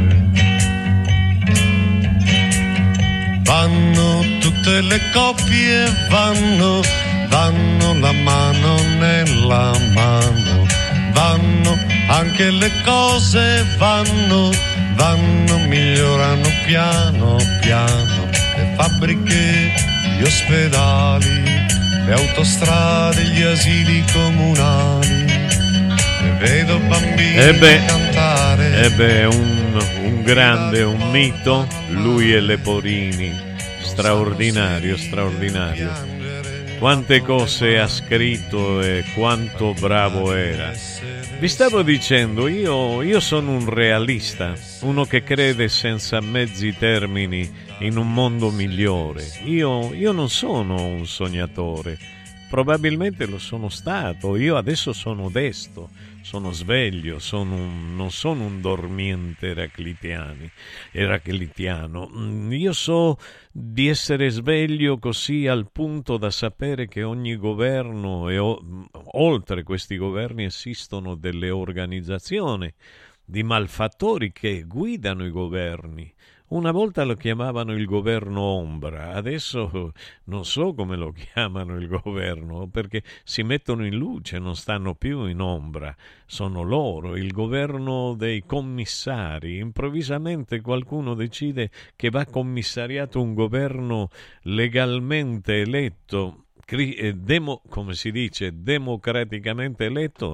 Vanno tutte le coppie, vanno, vanno la mano nella mano, vanno anche le cose, vanno, vanno, migliorano piano piano, le fabbriche, gli ospedali, le autostrade, gli asili comunali, e vedo bambini e beh, cantare. E beh, un, un grande, un mito, lui e Leporini, straordinario, straordinario. Quante cose ha scritto e quanto bravo era. Vi stavo dicendo, io, io sono un realista, uno che crede senza mezzi termini in un mondo migliore. Io, io non sono un sognatore, probabilmente lo sono stato, io adesso sono desto, sono sveglio, sono un, non sono un dormiente eraclitiani, eraclitiano. Io so di essere sveglio così al punto da sapere che ogni governo e o, oltre questi governi esistono delle organizzazioni di malfattori che guidano i governi. Una volta lo chiamavano il governo ombra, adesso non so come lo chiamano il governo, perché si mettono in luce, non stanno più in ombra, sono loro, il governo dei commissari. Improvvisamente qualcuno decide che va commissariato un governo legalmente eletto, Demo, come si dice, democraticamente eletto,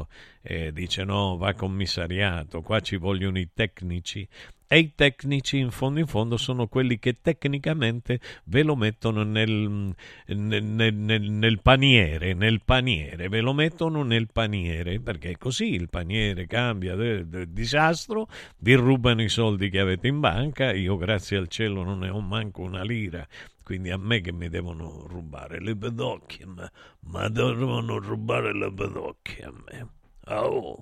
e dice no, va commissariato, qua ci vogliono i tecnici. E i tecnici in fondo in fondo sono quelli che tecnicamente ve lo mettono nel, nel, nel, nel paniere, nel paniere, ve lo mettono nel paniere, perché così il paniere cambia del de, disastro, vi rubano i soldi che avete in banca, io grazie al cielo non ne ho manco una lira, quindi a me che mi devono rubare le bedocchie, ma, ma devono rubare le bedocchie a me. Oh.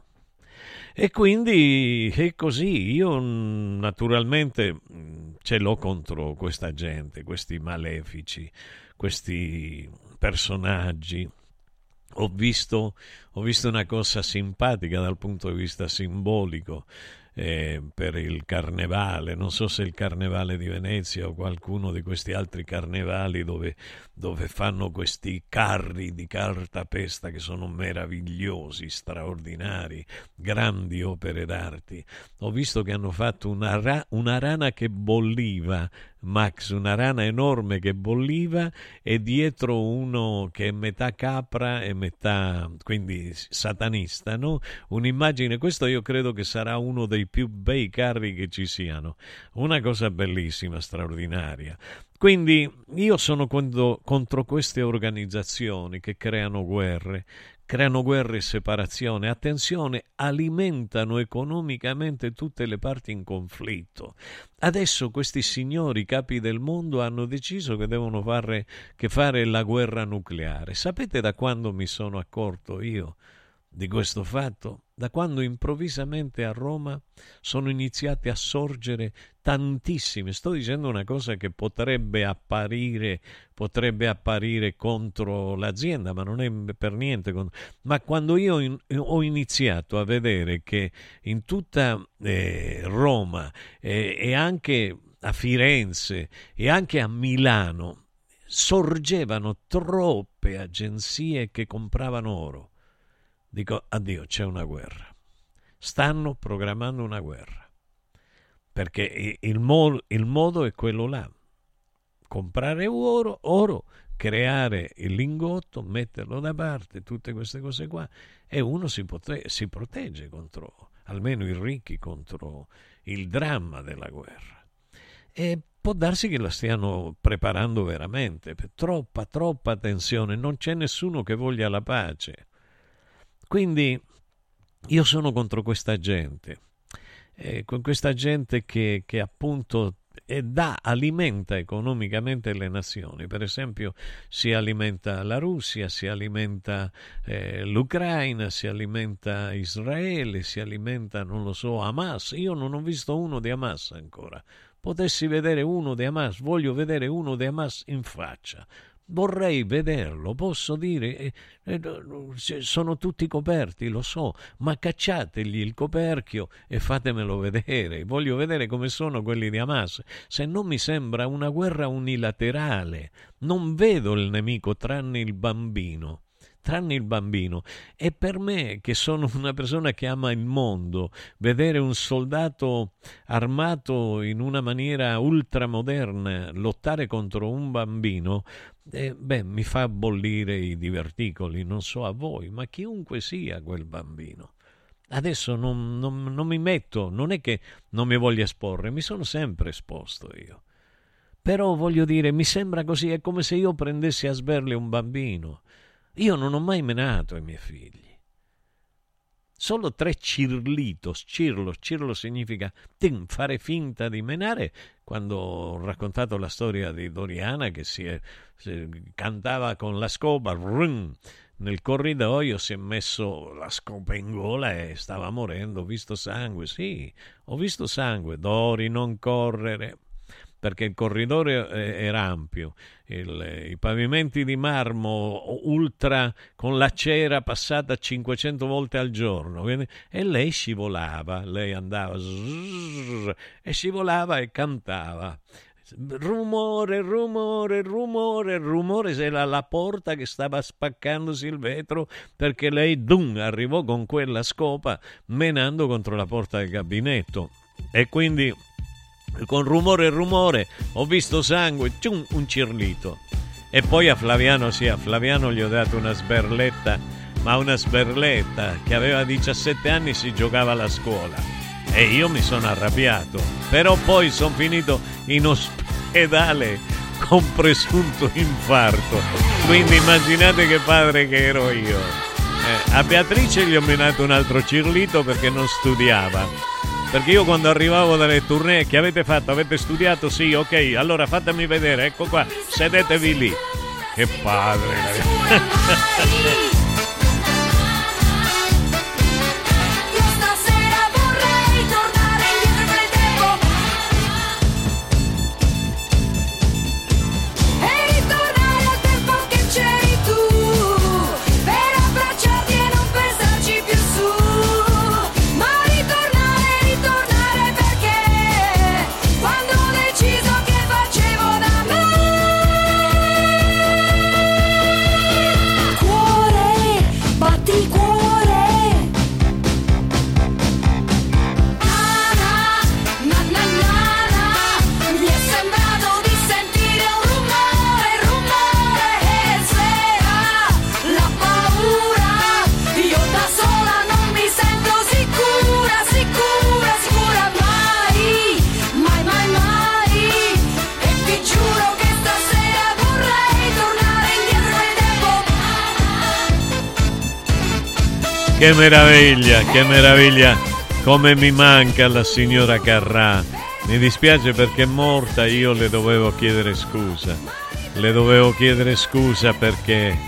E quindi è così, io naturalmente ce l'ho contro questa gente, questi malefici, questi personaggi. Ho visto, ho visto una cosa simpatica dal punto di vista simbolico eh, per il carnevale, non so se il carnevale di Venezia o qualcuno di questi altri carnevali dove, dove fanno questi carri di cartapesta che sono meravigliosi, straordinari, grandi opere d'arte. Ho visto che hanno fatto una, ra- una rana che bolliva, Max, una rana enorme che bolliva e dietro uno che è metà capra e metà, quindi satanista, no? Un'immagine, questo io credo che sarà uno dei più bei carri che ci siano, una cosa bellissima, straordinaria. Quindi io sono contro, contro queste organizzazioni che creano guerre, creano guerre e separazione, attenzione, alimentano economicamente tutte le parti in conflitto. Adesso questi signori capi del mondo hanno deciso che devono fare, che fare la guerra nucleare. Sapete da quando mi sono accorto io di questo fatto? Da quando improvvisamente a Roma sono iniziate a sorgere tantissime, sto dicendo una cosa che potrebbe apparire, potrebbe apparire contro l'azienda, ma non è per niente contro. Ma quando io in, ho iniziato a vedere che in tutta eh, Roma eh, e anche a Firenze e anche a Milano sorgevano troppe agenzie che compravano oro, dico addio, c'è una guerra, stanno programmando una guerra, perché il, mo- il modo è quello là, comprare oro, oro, creare il lingotto, metterlo da parte, tutte queste cose qua, e uno si, potre- si protegge contro, almeno i ricchi, contro il dramma della guerra. E può darsi che la stiano preparando veramente, per troppa, troppa tensione, non c'è nessuno che voglia la pace. Quindi io sono contro questa gente, eh, con questa gente che, che appunto eh, dà, alimenta economicamente le nazioni. Per esempio si alimenta la Russia, si alimenta eh, l'Ucraina, si alimenta Israele, si alimenta, non lo so, Hamas. Io non ho visto uno di Hamas ancora. Potessi vedere uno di Hamas, voglio vedere uno di Hamas in faccia. Vorrei vederlo, posso dire, eh, eh, sono tutti coperti, lo so, ma cacciategli il coperchio e fatemelo vedere, voglio vedere come sono quelli di Hamas, se non mi sembra una guerra unilaterale, non vedo il nemico tranne il bambino. tranne il bambino. E per me, che sono una persona che ama il mondo, vedere un soldato armato in una maniera ultramoderna lottare contro un bambino, eh, beh, mi fa bollire i diverticoli, non so a voi, ma chiunque sia quel bambino. Adesso non, non, non mi metto, non è che non mi voglio esporre, mi sono sempre esposto io. Però voglio dire, mi sembra così, è come se io prendessi a sberle un bambino. Io non ho mai menato i miei figli. Solo tre cirlitos, cirlo, cirlo significa tim, fare finta di menare. Quando ho raccontato la storia di Doriana che si, è, si cantava con la scopa, rum, nel corridoio si è messo la scopa in gola e stava morendo, ho visto sangue, sì, ho visto sangue. Dori, non correre, perché il corridoio era ampio, il, i pavimenti di marmo ultra con la cera passata cinquecento volte al giorno, e lei scivolava, lei andava zzz, e scivolava e cantava. Rumore, rumore, rumore, rumore, era la porta che stava spaccandosi il vetro perché lei dum, arrivò con quella scopa menando contro la porta del gabinetto. E quindi con rumore e rumore ho visto sangue, cium, un cirlito. E poi a Flaviano, sì, a Flaviano gli ho dato una sberletta ma una sberletta che aveva diciassette anni si giocava alla scuola e io mi sono arrabbiato, però poi sono finito in ospedale con presunto infarto, quindi immaginate che padre che ero io. Eh, a Beatrice gli ho menato un altro cirlito perché non studiava, perché io quando arrivavo dalle tournée: che avete fatto? Avete studiato? Sì, ok, allora fatemi vedere, ecco qua, sedetevi lì. Che padre. Che meraviglia, che meraviglia, come mi manca la signora Carrà. Mi dispiace perché è morta, io le dovevo chiedere scusa. Le dovevo chiedere scusa perché,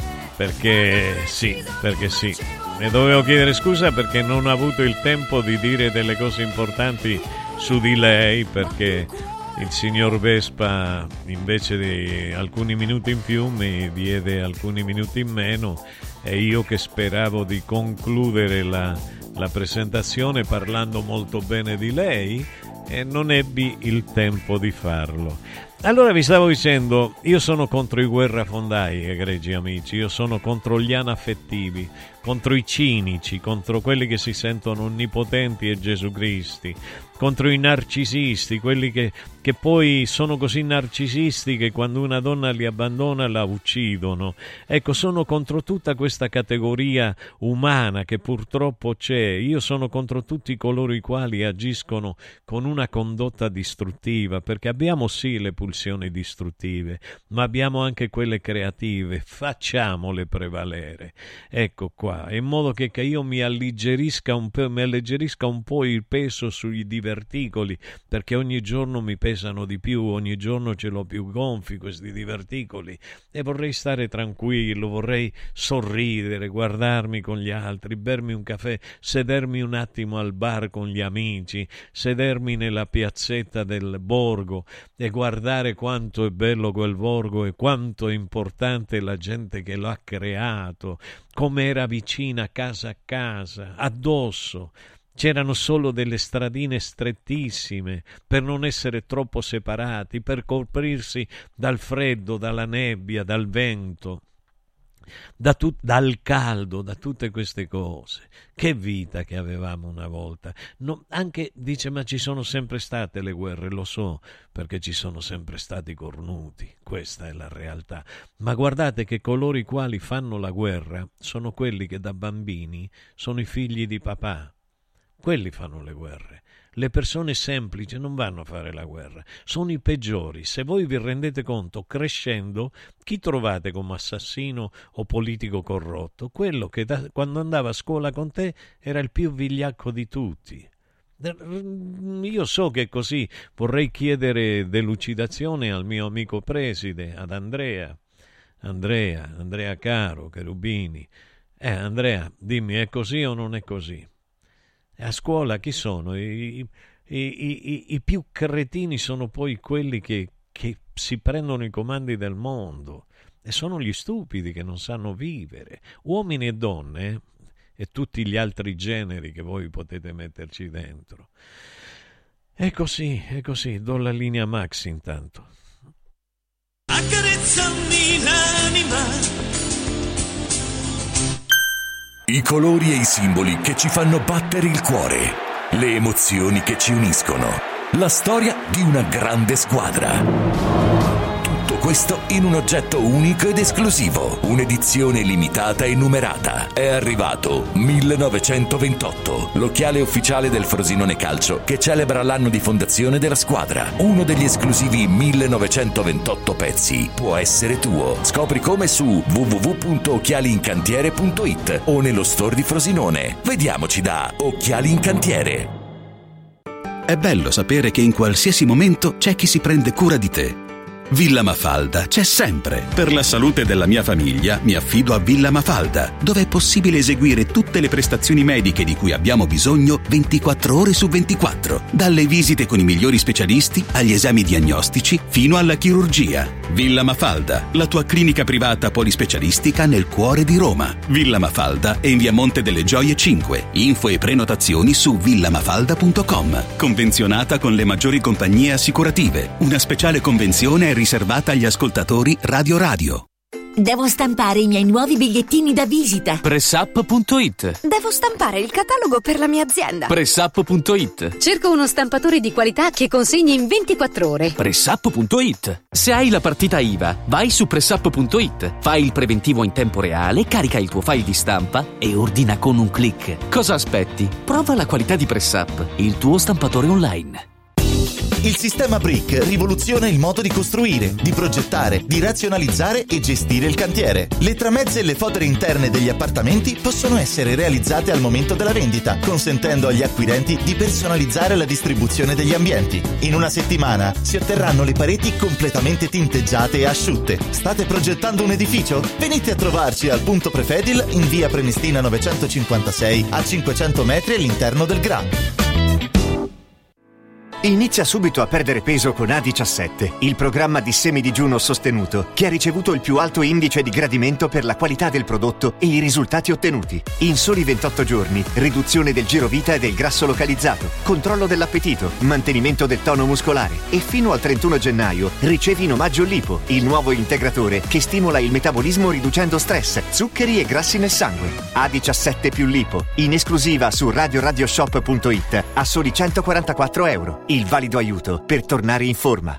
perché sì, perché sì. Le dovevo chiedere scusa perché non ho avuto il tempo di dire delle cose importanti su di lei, perché il signor Vespa invece di alcuni minuti in più mi diede alcuni minuti in meno, e io che speravo di concludere la, la presentazione parlando molto bene di lei, e non ebbi il tempo di farlo. Allora vi stavo dicendo, io sono contro i guerrafondai, egregi amici, io sono contro gli anaffettivi, contro i cinici, contro quelli che si sentono onnipotenti e Gesù Cristi, contro i narcisisti, quelli che, che poi sono così narcisisti che quando una donna li abbandona la uccidono. Ecco, sono contro tutta questa categoria umana che purtroppo c'è. Io sono contro tutti coloro i quali agiscono con una condotta distruttiva, perché abbiamo sì le pulsioni distruttive, ma abbiamo anche quelle creative, facciamole prevalere. Ecco qua, in modo che, che io mi alleggerisca un po', mi alleggerisca un po' il peso sui diverticoli, perché ogni giorno mi pesano di più, ogni giorno ce l'ho più gonfi questi diverticoli, e vorrei stare tranquillo, vorrei sorridere, guardarmi con gli altri, bermi un caffè, sedermi un attimo al bar con gli amici, sedermi nella piazzetta del borgo e guardare quanto è bello quel borgo e quanto è importante la gente che lo ha creato, come era vicina casa a casa, addosso. C'erano solo delle stradine strettissime per non essere troppo separati, per coprirsi dal freddo, dalla nebbia, dal vento, da tut- dal caldo, da tutte queste cose. Che vita che avevamo una volta. No, anche dice, ma ci sono sempre state le guerre, lo so, perché ci sono sempre stati cornuti, questa è la realtà. Ma guardate che coloro i quali fanno la guerra sono quelli che da bambini sono i figli di papà. Quelli fanno le guerre. Le persone semplici non vanno a fare la guerra, sono i peggiori. Se voi vi rendete conto, crescendo, chi trovate come assassino o politico corrotto? Quello che da, quando andava a scuola con te era il più vigliacco di tutti. Io so che così, vorrei chiedere delucidazione al mio amico preside, ad Andrea, Andrea, Andrea caro, Cherubini. Eh, Andrea, dimmi, è così o non è così? A scuola chi sono? I, i, i, i più cretini sono poi quelli che, che si prendono i comandi del mondo, e sono gli stupidi che non sanno vivere, uomini e donne, e tutti gli altri generi che voi potete metterci dentro. È così, è così. Do la linea a Max intanto. Accarezzami l'anima. I colori e i simboli che ci fanno battere il cuore, le emozioni che ci uniscono, la storia di una grande squadra. Tutto quello questo in un oggetto unico ed esclusivo, un'edizione limitata e numerata. È arrivato millenovecentoventotto, l'occhiale ufficiale del Frosinone Calcio che celebra l'anno di fondazione della squadra. Uno degli esclusivi millenovecentoventotto pezzi può essere tuo. Scopri come su w w w punto occhialiincantiere punto it o nello store di Frosinone. Vediamoci da Occhiali in Cantiere. È bello sapere che in qualsiasi momento c'è chi si prende cura di te. Villa Mafalda c'è sempre. Per la salute della mia famiglia mi affido a Villa Mafalda, dove è possibile eseguire tutte le prestazioni mediche di cui abbiamo bisogno ventiquattro ore su ventiquattro, dalle visite con i migliori specialisti agli esami diagnostici fino alla chirurgia. Villa Mafalda, la tua clinica privata polispecialistica nel cuore di Roma. Villa Mafalda è in via Monte delle Gioie cinque. Info e prenotazioni su villamafalda punto com. Convenzionata con le maggiori compagnie assicurative. Una speciale convenzione è riservata agli ascoltatori Radio Radio. Devo stampare i miei nuovi bigliettini da visita. Pressup punto it. Devo stampare il catalogo per la mia azienda. Pressup punto it. Cerco uno stampatore di qualità che consegni in ventiquattro ore. Pressup punto it. Se hai la partita I V A, vai su Pressup punto it, fai il preventivo in tempo reale, carica il tuo file di stampa e ordina con un click. Cosa aspetti? Prova la qualità di Pressup, il tuo stampatore online. Il sistema Brick rivoluziona il modo di costruire, di progettare, di razionalizzare e gestire il cantiere. Le tramezze e le fodere interne degli appartamenti possono essere realizzate al momento della vendita, consentendo agli acquirenti di personalizzare la distribuzione degli ambienti. In una settimana si otterranno le pareti completamente tinteggiate e asciutte. State progettando un edificio? Venite a trovarci al punto Prefedil in via Prenestina novecentocinquantasei, a cinquecento metri all'interno del Gra. Inizia subito a perdere peso con A diciassette, il programma di semidigiuno sostenuto che ha ricevuto il più alto indice di gradimento per la qualità del prodotto e i risultati ottenuti. In soli ventotto giorni, riduzione del girovita e del grasso localizzato, controllo dell'appetito, mantenimento del tono muscolare e fino al trentuno gennaio ricevi in omaggio Lipo, il nuovo integratore che stimola il metabolismo riducendo stress, zuccheri e grassi nel sangue. A diciassette più Lipo, in esclusiva su radio radio shop punto it a soli centoquarantaquattro euro. Il valido aiuto per tornare in forma.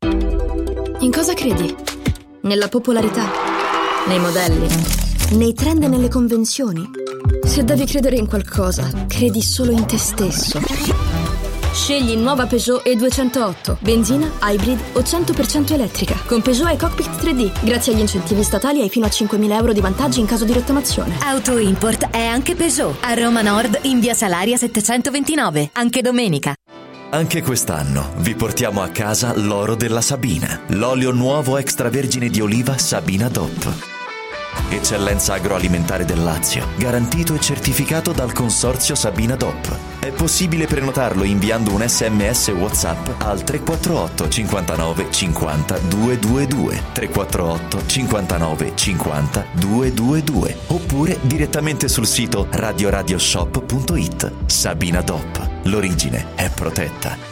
In cosa credi? Nella popolarità? Nei modelli? Nei trend e nelle convenzioni? Se devi credere in qualcosa, credi solo in te stesso. Scegli nuova Peugeot E duecentotto, benzina, hybrid o cento per cento elettrica. Con Peugeot hai cockpit tre D. Grazie agli incentivi statali hai fino a cinquemila euro di vantaggi in caso di rottamazione. Auto Import è anche Peugeot. A Roma Nord in via Salaria settecentoventinove, anche domenica. Anche quest'anno vi portiamo a casa l'oro della Sabina, l'olio nuovo extravergine di oliva Sabina D O P. Eccellenza agroalimentare del Lazio, garantito e certificato dal consorzio Sabina D O P. È possibile prenotarlo inviando un sms WhatsApp al tre quattro otto cinquantanove cinquanta duecentoventidue, tre quattro otto cinquantanove cinquanta duecentoventidue oppure direttamente sul sito radio radio shop punto it. Sabina D O P. L'origine è protetta.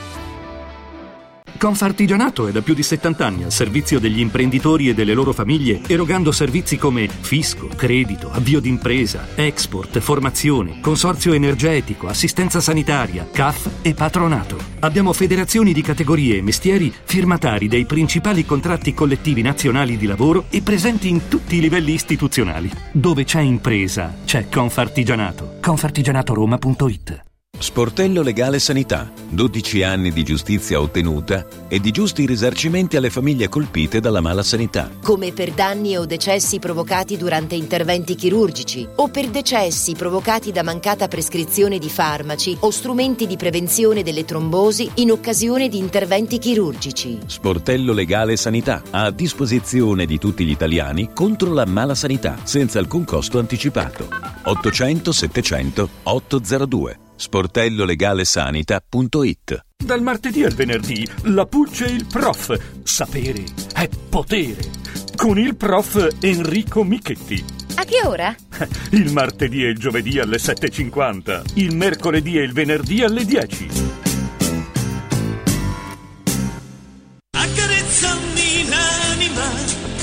Confartigianato è da più di settanta anni al servizio degli imprenditori e delle loro famiglie, erogando servizi come fisco, credito, avvio d'impresa, export, formazione, consorzio energetico, assistenza sanitaria, C A F e patronato. Abbiamo federazioni di categorie e mestieri firmatari dei principali contratti collettivi nazionali di lavoro e presenti in tutti i livelli istituzionali. Dove c'è impresa, c'è Confartigianato. Confartigianatoroma punto it. Sportello Legale Sanità, dodici anni di giustizia ottenuta e di giusti risarcimenti alle famiglie colpite dalla mala sanità. Come per danni o decessi provocati durante interventi chirurgici o per decessi provocati da mancata prescrizione di farmaci o strumenti di prevenzione delle trombosi in occasione di interventi chirurgici. Sportello Legale Sanità, a disposizione di tutti gli italiani contro la mala sanità, senza alcun costo anticipato. ottocento settecento ottocentodue. sportello legale sanità punto it. Dal martedì al venerdì, la Pulce e il prof. Sapere è potere. Con il prof Enrico Michetti. A che ora? Il martedì e il giovedì alle sette e cinquanta. Il mercoledì e il venerdì alle dieci. Accarezzami l'anima.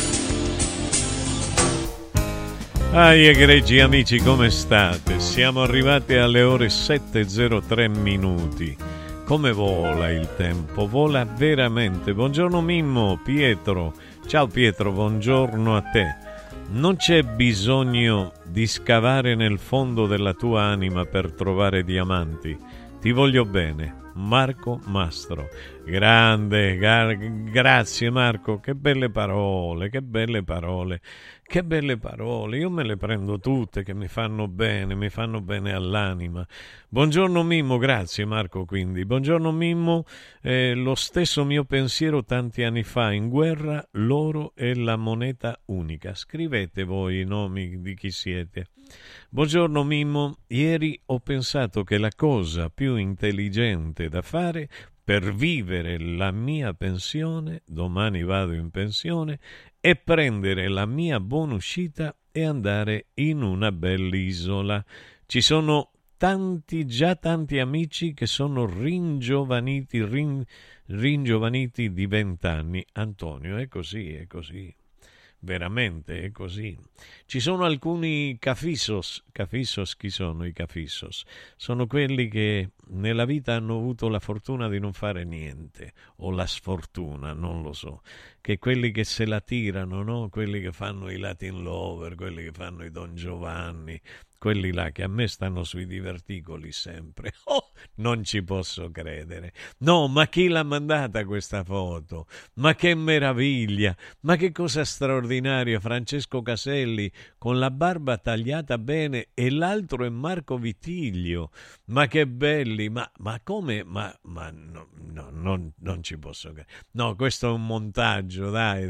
Ai egregi amici, come state? Siamo arrivati alle ore sette e zero tre minuti. Come vola il tempo, vola veramente. Buongiorno Mimmo, Pietro, Ciao Pietro, buongiorno a te. Non c'è bisogno di scavare nel fondo della tua anima per trovare diamanti. Ti voglio bene. Marco Mastro. Grande, gar- grazie Marco, che belle parole, che belle parole, che belle parole, io me le prendo tutte che mi fanno bene, mi fanno bene all'anima. Buongiorno Mimmo, grazie Marco, quindi. Buongiorno Mimmo, eh, lo stesso mio pensiero tanti anni fa, in guerra l'oro è la moneta unica. Scrivete voi i nomi di chi siete. Buongiorno Mimmo, ieri ho pensato che la cosa più intelligente da fare per vivere la mia pensione, domani vado in pensione, è prendere la mia buonuscita e andare in una bell'isola. Ci sono tanti, già tanti amici che sono ringiovaniti, rin, ringiovaniti di vent'anni. Antonio, è così, è così. Veramente è così. Ci sono alcuni cafissos. Cafissos, chi sono i cafissos? Sono quelli che nella vita hanno avuto la fortuna di non fare niente, o la sfortuna, non lo so, che quelli che se la tirano, no? Quelli che fanno i Latin Lover, quelli che fanno i Don Giovanni, quelli là che a me stanno sui diverticoli sempre. Oh, non ci posso credere. No, ma chi l'ha mandata questa foto? Ma che meraviglia! Ma che cosa straordinaria! Francesco Caselli con la barba tagliata bene e l'altro è Marco Vitiglio. Ma che belli! Ma, ma come? Ma, ma no, no, non, non ci posso credere. No, questo è un montaggio, dai.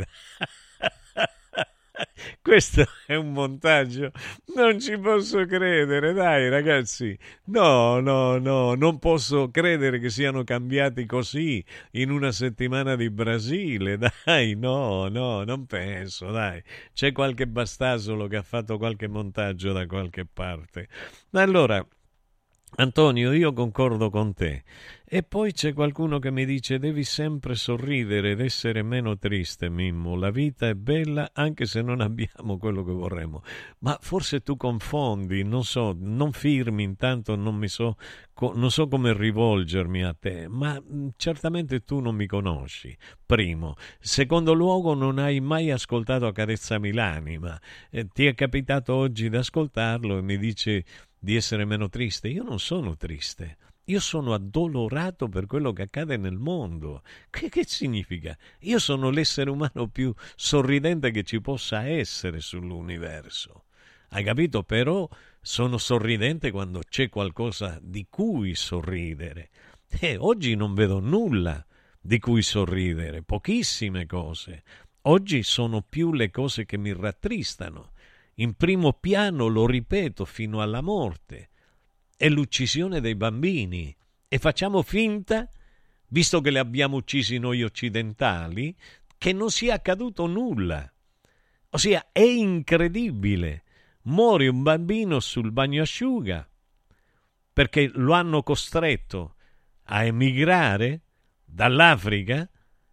Questo è un montaggio, non ci posso credere, dai ragazzi, no, no, no, non posso credere che siano cambiati così in una settimana di Brasile, dai, no, no, non penso, dai, c'è qualche bastasolo che ha fatto qualche montaggio da qualche parte. Allora, Antonio, io concordo con te. E poi c'è qualcuno che mi dice: devi sempre sorridere ed essere meno triste, Mimmo. La vita è bella anche se non abbiamo quello che vorremmo. Ma forse tu confondi, non so, non firmi, intanto non mi so, non so come rivolgermi a te, ma certamente tu non mi conosci. Primo. Secondo luogo, non hai mai ascoltato Accarezzami l'anima. Eh, ti è capitato oggi di ascoltarlo e mi dici di essere meno triste. Io non sono triste. Io sono addolorato per quello che accade nel mondo. Che, che significa? Io sono l'essere umano più sorridente che ci possa essere sull'universo. Hai capito? Però sono sorridente quando c'è qualcosa di cui sorridere. E oggi non vedo nulla di cui sorridere, pochissime cose. Oggi sono più le cose che mi rattristano. In primo piano, lo ripeto, fino alla morte, è l'uccisione dei bambini, e facciamo finta, visto che li abbiamo uccisi noi occidentali, che non sia accaduto nulla. Ossia, è incredibile. Muore un bambino sul bagnasciuga perché lo hanno costretto a emigrare dall'Africa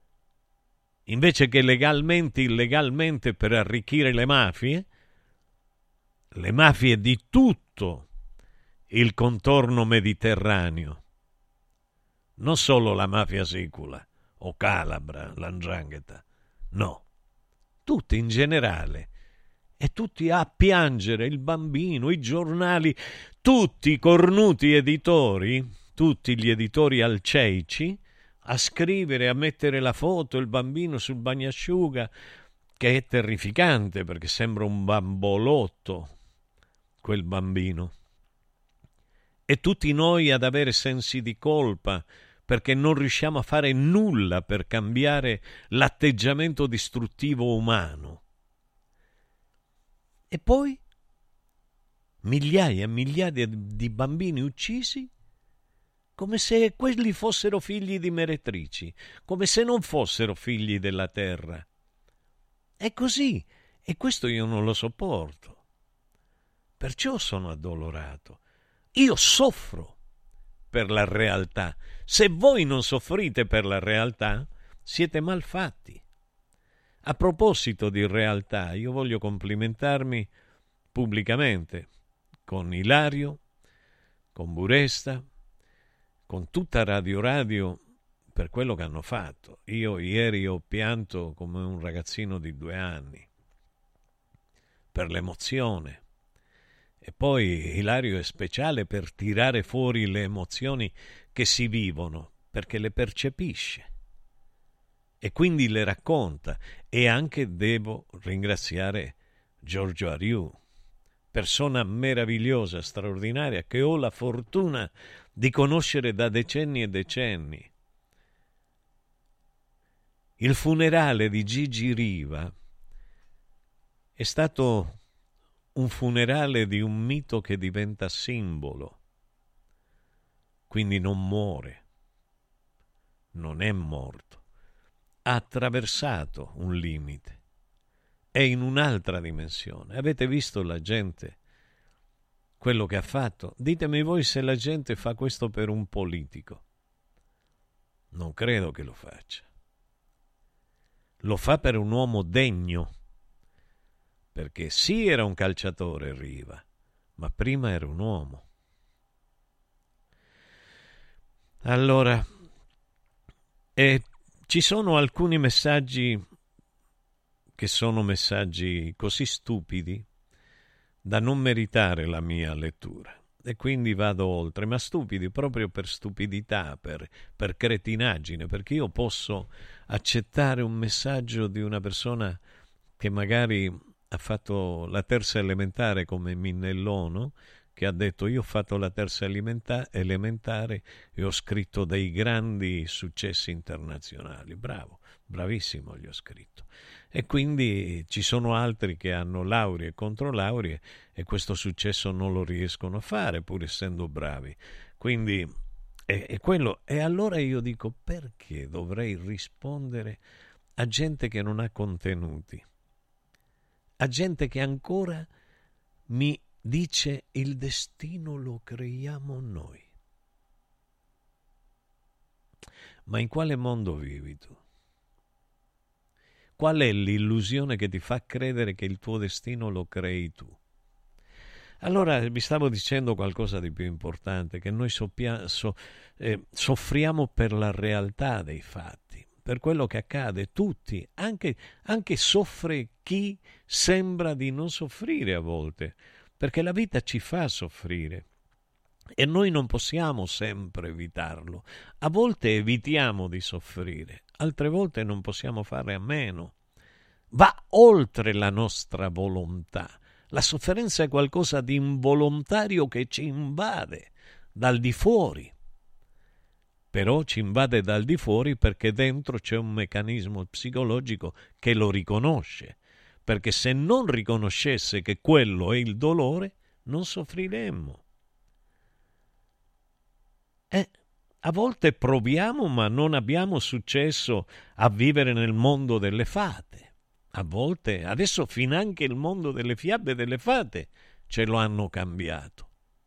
invece che legalmente, illegalmente, per arricchire le mafie, le mafie di tutto il contorno mediterraneo, non solo la mafia sicula o calabra, l'andrangheta, no, tutti in generale, e tutti a piangere il bambino, i giornali, tutti i cornuti editori, tutti gli editori alceici, a scrivere, a mettere la foto, il bambino sul bagnasciuga, che è terrificante perché sembra un bambolotto quel bambino. E tutti noi ad avere sensi di colpa perché non riusciamo a fare nulla per cambiare l'atteggiamento distruttivo umano. E poi migliaia e migliaia di bambini uccisi come se quelli fossero figli di meretrici, come se non fossero figli della terra. È così, e questo io non lo sopporto. Perciò sono addolorato. Io soffro per la realtà. Se voi non soffrite per la realtà, siete malfatti. A proposito di realtà, io voglio complimentarmi pubblicamente con Ilario, con Buresta, con tutta Radio Radio per quello che hanno fatto. Io ieri ho pianto come un ragazzino di due anni per l'emozione. E poi Ilario è speciale per tirare fuori le emozioni che si vivono, perché le percepisce e quindi le racconta. E anche devo ringraziare Giorgio Ariù, persona meravigliosa, straordinaria, che ho la fortuna di conoscere da decenni e decenni. Il funerale di Gigi Riva è stato un funerale di un mito che diventa simbolo, quindi non muore, non è morto, ha attraversato un limite, è in un'altra dimensione. Avete visto la gente, quello che ha fatto? Ditemi voi se la gente fa questo per un politico. Non credo che lo faccia. Lo fa per un uomo degno, perché sì, era un calciatore Riva, ma prima era un uomo. Allora, e ci sono alcuni messaggi che sono messaggi così stupidi da non meritare la mia lettura, e quindi vado oltre, ma stupidi proprio per stupidità, per, per cretinaggine, perché io posso accettare un messaggio di una persona che magari ha fatto la terza elementare come Minnellono, che ha detto: io ho fatto la terza elementare e ho scritto dei grandi successi internazionali. Bravo, bravissimo, gli ho scritto. E quindi ci sono altri che hanno lauree e controlauree e questo successo non lo riescono a fare, pur essendo bravi. Quindi è, è quello. E allora io dico: perché dovrei rispondere a gente che non ha contenuti? A gente che ancora mi dice il destino lo creiamo noi. Ma in quale mondo vivi tu? Qual è l'illusione che ti fa credere che il tuo destino lo crei tu? Allora vi stavo dicendo qualcosa di più importante, che noi soppia, so, eh, soffriamo per la realtà dei fatti, per quello che accade. Tutti, anche, anche soffre chi sembra di non soffrire a volte, perché la vita ci fa soffrire e noi non possiamo sempre evitarlo. A volte evitiamo di soffrire, altre volte non possiamo fare a meno. Va oltre la nostra volontà. La sofferenza è qualcosa di involontario che ci invade dal di fuori. Però ci invade dal di fuori perché dentro c'è un meccanismo psicologico che lo riconosce. Perché se non riconoscesse che quello è il dolore, non soffriremmo. Eh, a volte proviamo, ma non abbiamo successo a vivere nel mondo delle fate. A volte, adesso finanche il mondo delle fiabe e delle fate ce lo hanno cambiato.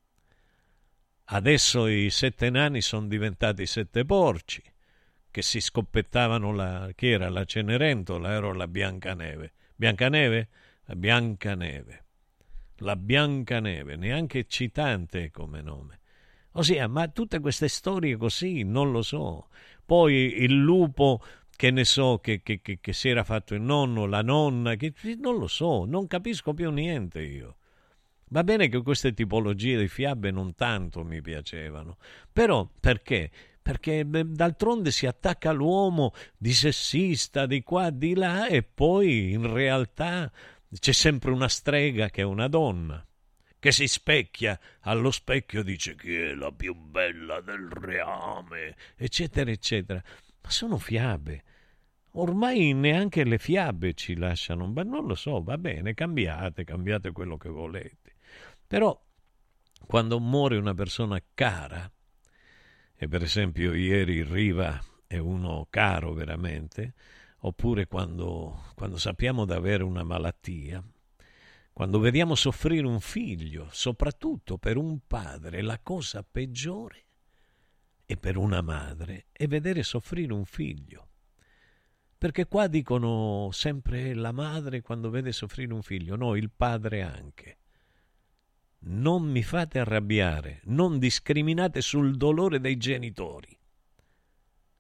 Adesso i sette nani sono diventati sette porci, che si scoppettavano la... chi era? La Cenerentola, era la Biancaneve. Biancaneve? La Biancaneve. La Biancaneve, neanche eccitante come nome. Ossia, ma tutte queste storie così, non lo so. Poi il lupo, che ne so, che, che, che, che si era fatto il nonno, la nonna, che non lo so, non capisco più niente io. Va bene che queste tipologie di fiabe non tanto mi piacevano, però perché? Perché beh, d'altronde si attacca l'uomo di sessista, di qua, di là, e poi in realtà c'è sempre una strega che è una donna, che si specchia allo specchio, dice chi è la più bella del reame, eccetera, eccetera. Ma sono fiabe. Ormai neanche le fiabe ci lasciano, ma non lo so, va bene, cambiate, cambiate quello che volete. Però quando muore una persona cara, e per esempio ieri Riva è uno caro veramente, oppure quando, quando sappiamo di avere una malattia, quando vediamo soffrire un figlio, soprattutto per un padre, la cosa peggiore e per una madre è vedere soffrire un figlio. Perché qua dicono sempre la madre quando vede soffrire un figlio, no, il padre anche. Non mi fate arrabbiare, non discriminate sul dolore dei genitori.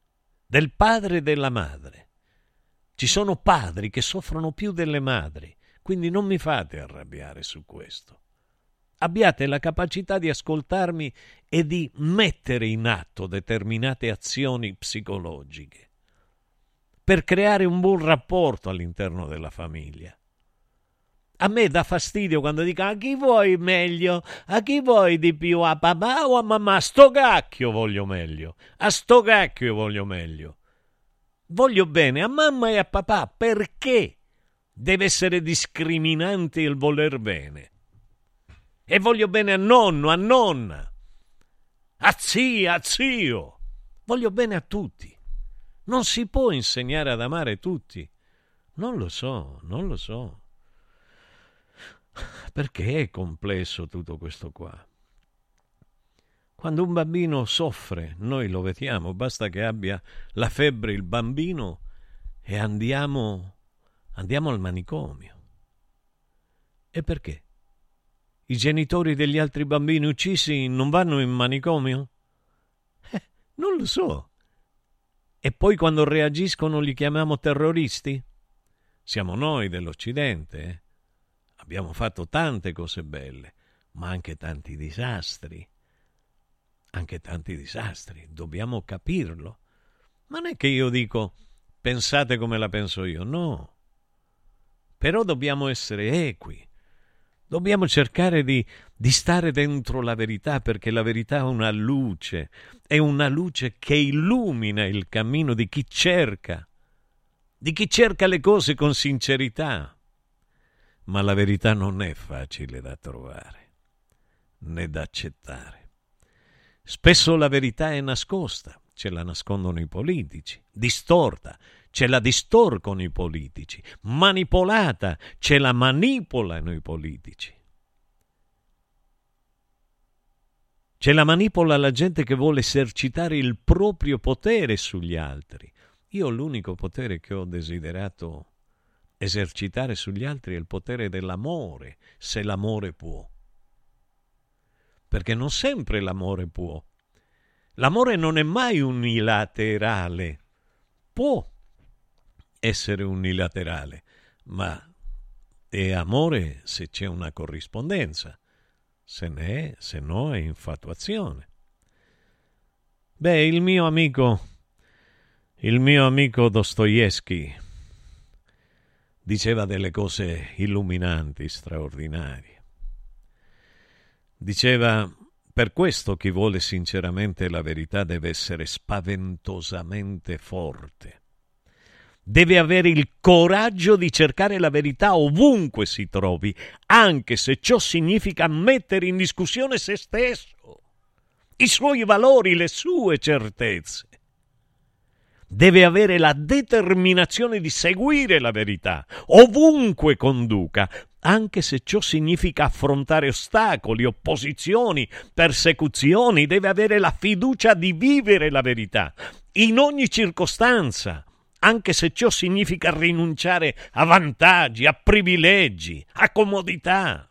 del padre e della madre. Ci sono padri che soffrono più delle madri, quindi non mi fate arrabbiare su questo. Abbiate la capacità di ascoltarmi e di mettere in atto determinate azioni psicologiche per creare un buon rapporto all'interno della famiglia. A me dà fastidio quando dicono a chi vuoi meglio, a chi vuoi di più, a papà o a mamma? A sto cacchio voglio meglio, a sto cacchio voglio meglio. Voglio bene a mamma e a papà, perché deve essere discriminante il voler bene? E voglio bene a nonno, a nonna, a zia, a zio. Voglio bene a tutti. Non si può insegnare ad amare tutti. Non lo so, non lo so. Perché è complesso tutto questo qua? Quando un bambino soffre, noi lo vediamo, basta che abbia la febbre il bambino e andiamo, andiamo al manicomio. E perché? I genitori degli altri bambini uccisi non vanno in manicomio? Eh, non lo so. E poi quando reagiscono li chiamiamo terroristi? Siamo noi dell'Occidente, eh? Abbiamo fatto tante cose belle, ma anche tanti disastri. Anche tanti disastri. Dobbiamo capirlo. Ma non è che io dico pensate come la penso io, no. Però dobbiamo essere equi. Dobbiamo cercare di, di stare dentro la verità, perché la verità è una luce, è una luce che illumina il cammino di chi cerca, di chi cerca le cose con sincerità. Ma la verità non è facile da trovare, né da accettare. Spesso la verità è nascosta, ce la nascondono i politici, distorta, ce la distorcono i politici, manipolata, ce la manipolano i politici. Ce la manipola la gente che vuole esercitare il proprio potere sugli altri. Io l'unico potere che ho desiderato esercitare sugli altri è il potere dell'amore, se l'amore può. Perché non sempre l'amore può. L'amore non è mai unilaterale. Può essere unilaterale, ma è amore se c'è una corrispondenza. Se ne è, se no è infatuazione. Beh, il mio amico, il mio amico Dostoevskij diceva delle cose illuminanti, straordinarie. Diceva: per questo chi vuole sinceramente la verità deve essere spaventosamente forte. Deve avere il coraggio di cercare la verità ovunque si trovi, anche se ciò significa mettere in discussione se stesso, i suoi valori, le sue certezze. Deve avere la determinazione di seguire la verità, ovunque conduca, anche se ciò significa affrontare ostacoli, opposizioni, persecuzioni. Deve avere la fiducia di vivere la verità, in ogni circostanza, anche se ciò significa rinunciare a vantaggi, a privilegi, a comodità.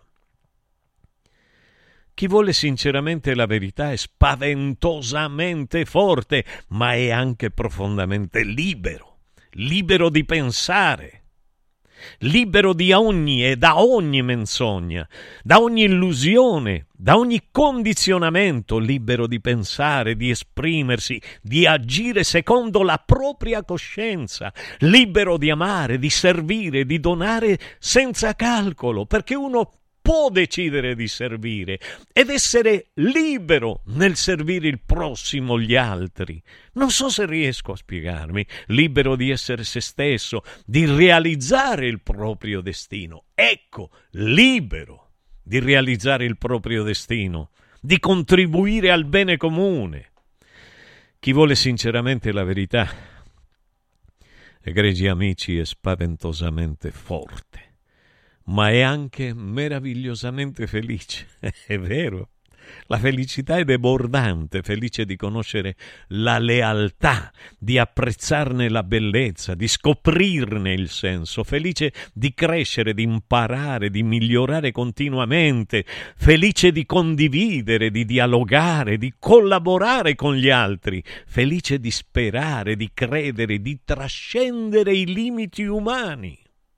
Chi vuole sinceramente la verità è spaventosamente forte, ma è anche profondamente libero, libero di pensare, libero di ogni e da ogni menzogna, da ogni illusione, da ogni condizionamento, libero di pensare, di esprimersi, di agire secondo la propria coscienza, libero di amare, di servire, di donare senza calcolo, perché uno può decidere di servire ed essere libero nel servire il prossimo, gli altri. Non so se riesco a spiegarmi. Libero di essere se stesso, di realizzare il proprio destino. Ecco, libero di realizzare il proprio destino, di contribuire al bene comune. Chi vuole sinceramente la verità, egregi amici, è spaventosamente forte, ma è anche meravigliosamente felice. È vero, La felicità è debordante, felice di conoscere la lealtà, di apprezzarne la bellezza, di scoprirne il senso, felice di crescere, di imparare, di migliorare continuamente, felice di condividere, di dialogare, di collaborare con gli altri, felice di sperare, di credere, di trascendere i limiti umani.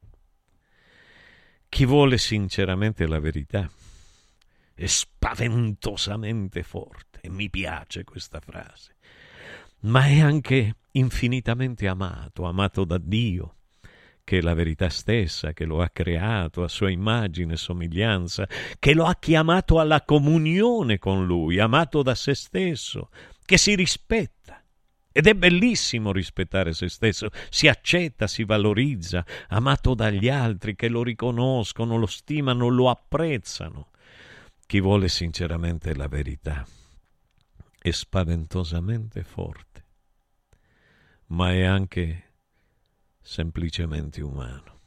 Chi vuole sinceramente la verità è spaventosamente forte, e mi piace questa frase, ma è anche infinitamente amato, amato da Dio, che è la verità stessa, che lo ha creato a sua immagine e somiglianza, che lo ha chiamato alla comunione con Lui, amato da se stesso, che si rispetta. Ed è bellissimo rispettare se stesso, si accetta, si valorizza, amato dagli altri che lo riconoscono, lo stimano, lo apprezzano. Chi vuole sinceramente la verità è spaventosamente forte, ma è anche semplicemente umano.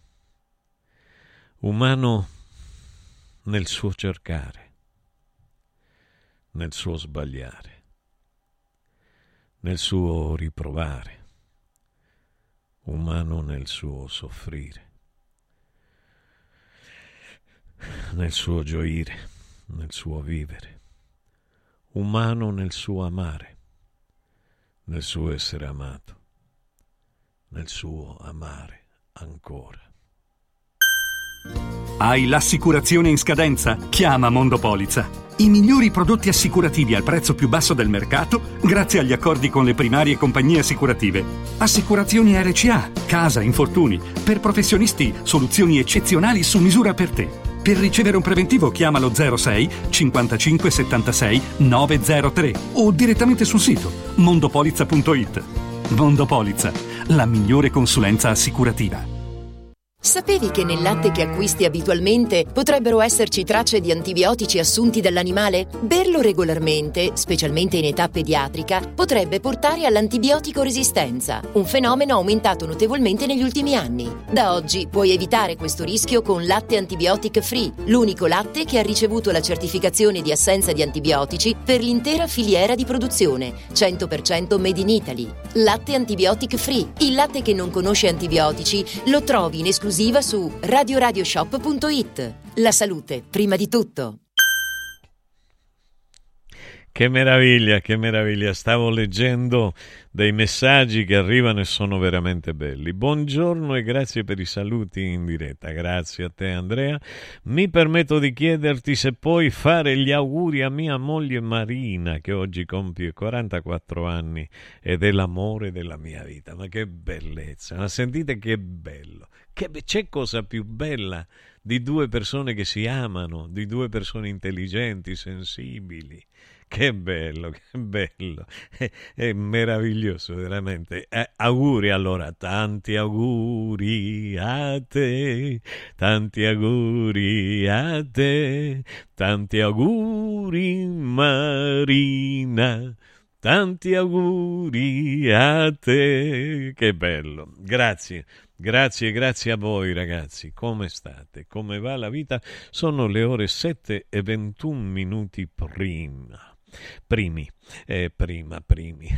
Umano nel suo cercare, nel suo sbagliare, nel suo riprovare, umano nel suo soffrire, nel suo gioire, nel suo vivere, umano nel suo amare, nel suo essere amato, nel suo amare ancora. Hai l'assicurazione in scadenza? Chiama Mondopolizza. I migliori prodotti assicurativi al prezzo più basso del mercato grazie agli accordi con le primarie compagnie assicurative. Assicurazioni R C A, casa, infortuni. Per professionisti, soluzioni eccezionali su misura per te. Per ricevere un preventivo chiama lo zero sei cinquantacinque settantasei novecentotre o direttamente sul sito mondopolizza punto it. Mondopolizza, la migliore consulenza assicurativa. Sapevi che nel latte che acquisti abitualmente potrebbero esserci tracce di antibiotici assunti dall'animale? Berlo regolarmente, specialmente in età pediatrica, potrebbe portare all'antibiotico resistenza, un fenomeno aumentato notevolmente negli ultimi anni. Da oggi puoi evitare questo rischio con Latte Antibiotic Free, l'unico latte che ha ricevuto la certificazione di assenza di antibiotici per l'intera filiera di produzione, cento per cento made in Italy. Latte Antibiotic Free, il latte che non conosce antibiotici, lo trovi in esclusiva su radio radio shop punto it. La salute, prima di tutto. Che meraviglia, che meraviglia. Stavo leggendo dei messaggi che arrivano e sono veramente belli. Buongiorno e grazie per i saluti in diretta. Grazie a te, Andrea. Mi permetto di chiederti se puoi fare gli auguri a mia moglie Marina, che oggi compie quarantaquattro anni ed è l'amore della mia vita. Ma che bellezza, ma sentite che bello. Che c'è cosa più bella di due persone che si amano, di due persone intelligenti, sensibili. Che bello, che bello, è, è meraviglioso veramente. Eh, auguri allora, tanti auguri a te, tanti auguri a te, tanti auguri Marina, tanti auguri a te. Che bello, grazie. Grazie, grazie a voi ragazzi. Come state? Come va la vita? Sono le ore sette e ventuno minuti prima. Primi, eh, prima, primi.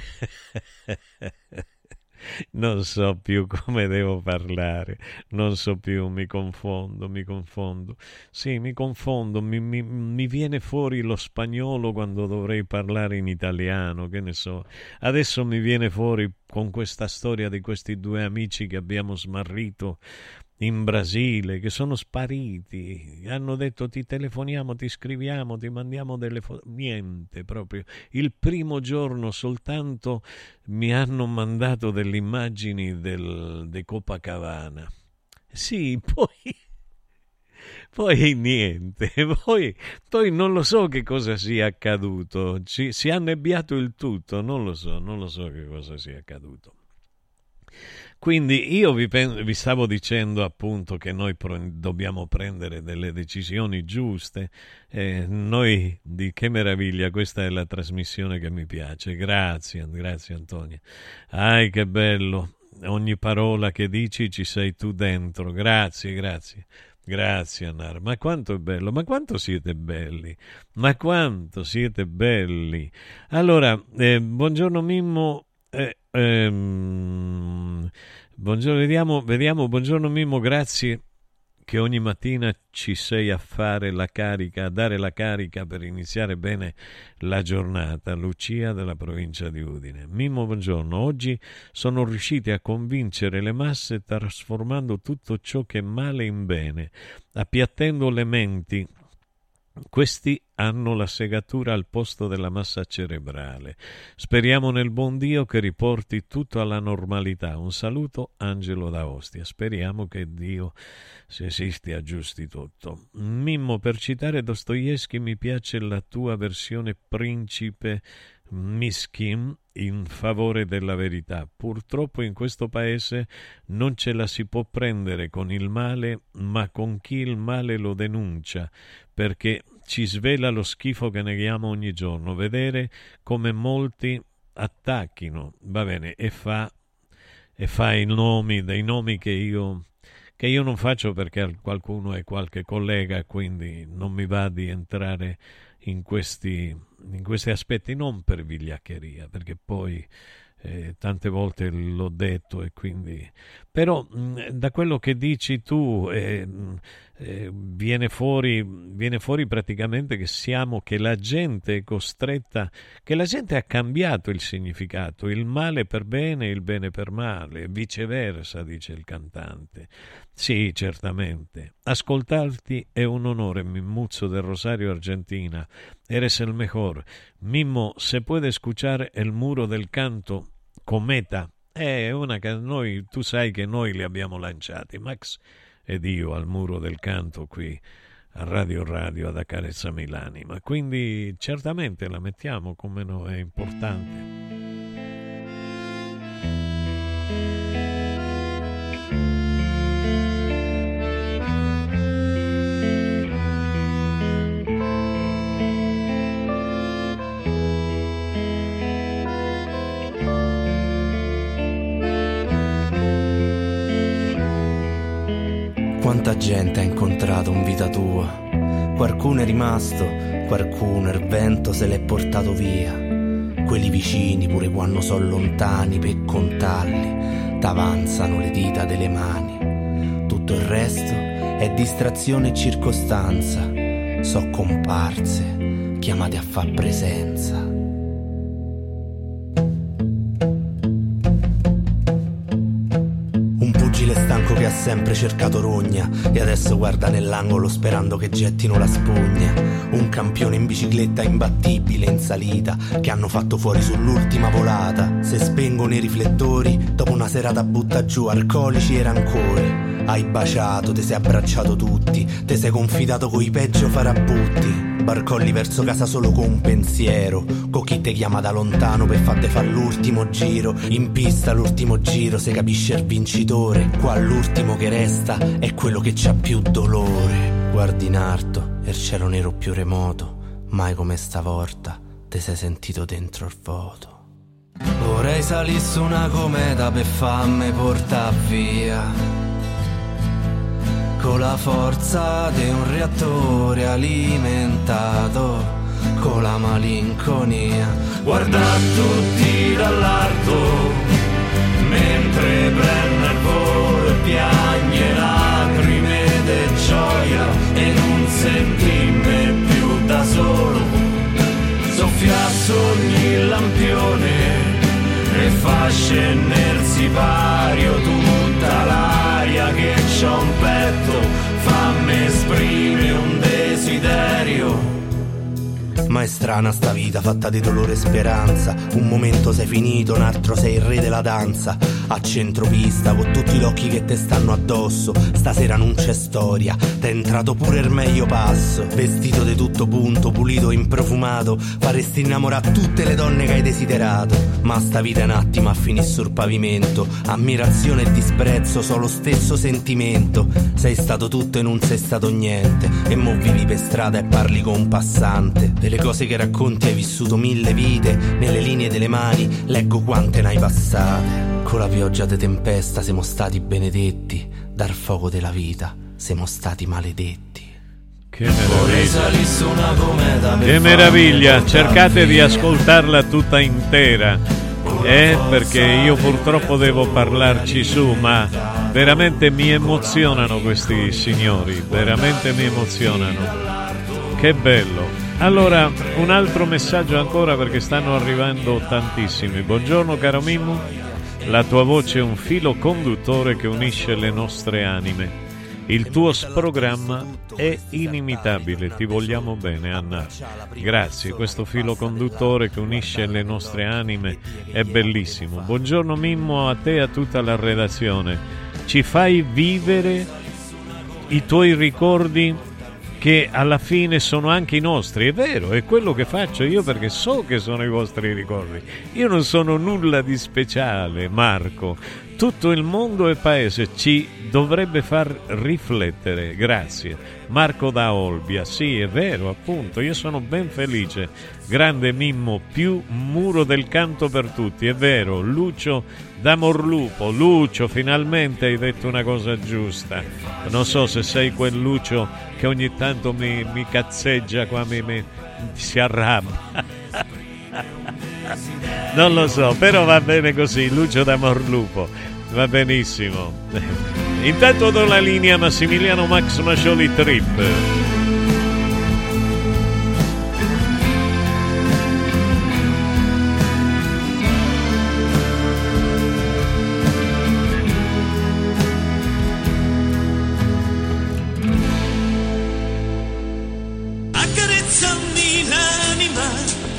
Non so più come devo parlare, non so più, mi confondo, mi confondo. Sì, mi confondo, mi, mi, mi viene fuori lo spagnolo quando dovrei parlare in italiano, che ne so. Adesso mi viene fuori con questa storia di questi due amici che abbiamo smarrito in Brasile, che sono spariti, hanno detto ti telefoniamo, ti scriviamo, ti mandiamo delle foto, niente proprio. Il primo giorno soltanto mi hanno mandato delle immagini del, di Copacabana. Sì, poi... Poi niente, poi, poi non lo so che cosa sia accaduto, Ci, si è annebbiato il tutto, non lo so, non lo so che cosa sia accaduto. Quindi io vi, vi stavo dicendo appunto che noi pre- dobbiamo prendere delle decisioni giuste. Eh, noi di Che Meraviglia, questa è la trasmissione che mi piace. Grazie, grazie Antonia. Ai, che bello, ogni parola che dici ci sei tu dentro. Grazie, grazie. Grazie Anar, ma quanto è bello, ma quanto siete belli, ma quanto siete belli. Allora, eh, buongiorno Mimmo, eh, ehm, buongiorno, vediamo, vediamo, buongiorno Mimmo, grazie che ogni mattina ci sei a fare la carica, a dare la carica per iniziare bene la giornata. Lucia della provincia di Udine. Mimmo, buongiorno. Oggi sono riusciti a convincere le masse trasformando tutto ciò che è male in bene, appiattendo le menti. Questi hanno la segatura al posto della massa cerebrale. Speriamo nel buon Dio che riporti tutto alla normalità. Un saluto, Angelo da Ostia. Speriamo che Dio, se esiste, aggiusti tutto. Mimmo, per citare Dostoevskij, mi piace la tua versione principe Miskin in favore della verità. Purtroppo in questo paese non ce la si può prendere con il male, ma con chi il male lo denuncia, perché ci svela lo schifo che neghiamo ogni giorno. Vedere come molti attacchino, va bene, e fa, e fa i nomi, dei nomi che io, che io non faccio perché qualcuno è qualche collega, quindi non mi va di entrare in questi, in questi aspetti, non per vigliaccheria, perché poi eh, tante volte l'ho detto, e quindi però mh, da quello che dici tu eh, eh, viene fuori viene fuori praticamente che siamo che la gente è costretta, che la gente ha cambiato il significato, il male per bene, il bene per male, viceversa, dice il cantante. Sì, certamente. Ascoltarti è un onore, Mimuzzo del Rosario, Argentina. Eres el mejor. Mimmo, se puede escuchar el muro del canto, Cometa. È una che noi, tu sai che noi li abbiamo lanciati, Max ed io, al muro del canto qui a Radio Radio ad Accarezza Milani. Ma quindi certamente la mettiamo, come no, è importante. Quanta gente ha incontrato in vita tua, qualcuno è rimasto, qualcuno il vento se l'è portato via. Quelli vicini pure quando sono lontani, per contarli t'avanzano le dita delle mani. Tutto il resto è distrazione e circostanza, so comparse chiamate a far presenza. Stanco che ha sempre cercato rogna e adesso guarda nell'angolo sperando che gettino la spugna. Un campione in bicicletta imbattibile in salita che hanno fatto fuori sull'ultima volata. Se spengono i riflettori dopo una serata butta giù alcolici e rancori. Hai baciato, te sei abbracciato tutti, te sei confidato coi peggio farabutti. Barcolli verso casa solo con un pensiero, con chi te chiama da lontano per farti fare l'ultimo giro. In pista l'ultimo giro se capisce il vincitore. Qua l'ultimo che resta è quello che c'ha più dolore. Guardi in alto e il cielo nero più remoto, mai come stavolta te sei sentito dentro il vuoto. Vorrei salisse una cometa per farmi portar via, con la forza di un reattore alimentato, con la malinconia. Guarda tutti dall'alto, mentre prende il volo e piagne lacrime di gioia, e non sentirmi più da solo. Soffia sogni lampione e fa scendere il sipario tutta l'aria che c'ho un petto, fammi esprimere un desiderio. Ma è strana sta vita fatta di dolore e speranza. Un momento sei finito, un altro sei il re della danza. A centropista con tutti gli occhi che te stanno addosso. Stasera non c'è storia, t'è entrato pure il meglio passo. Vestito di tutto punto, pulito e improfumato, faresti innamorare tutte le donne che hai desiderato. Ma sta vita è un attimo a finire sul pavimento. Ammirazione e disprezzo sono lo stesso sentimento. Sei stato tutto e non sei stato niente, e mo vivi per strada e parli con un passante. Delle cose che racconti hai vissuto mille vite, nelle linee delle mani leggo quante ne hai passate. Con la pioggia de tempesta siamo stati benedetti dal fuoco della vita. siamo stati maledetti. Che meraviglia, che meraviglia. Cercate di ascoltarla tutta intera, eh? Perché io purtroppo devo parlarci su, ma veramente mi emozionano questi signori, veramente mi emozionano. Che bello. Allora, un altro messaggio ancora, perché stanno arrivando tantissimi. Buongiorno caro Mimmo, la tua voce è un filo conduttore che unisce le nostre anime. Il tuo programma è inimitabile, ti vogliamo bene Anna. Grazie, questo filo conduttore che unisce le nostre anime è bellissimo. Buongiorno Mimmo, a te e a tutta la redazione. Ci fai vivere i tuoi ricordi che alla fine sono anche i nostri. È vero, è quello che faccio io, perché so che sono i vostri ricordi. Io non sono nulla di speciale, Marco. Tutto il mondo e paese ci dovrebbe far riflettere. Grazie. Marco da Olbia. Sì, è vero, appunto, io sono ben felice. Grande Mimmo, più muro del canto per tutti, è vero. Lucio da Morlupo. Lucio, finalmente hai detto una cosa giusta. Non so se sei quel Lucio che ogni tanto mi, mi cazzeggia qua, mi, mi si arrabbia. Non lo so, però va bene così. Lucio da Morlupo. Va benissimo. Intanto do la linea a Massimiliano Max Mascioli Trip. Accarezzami l'anima.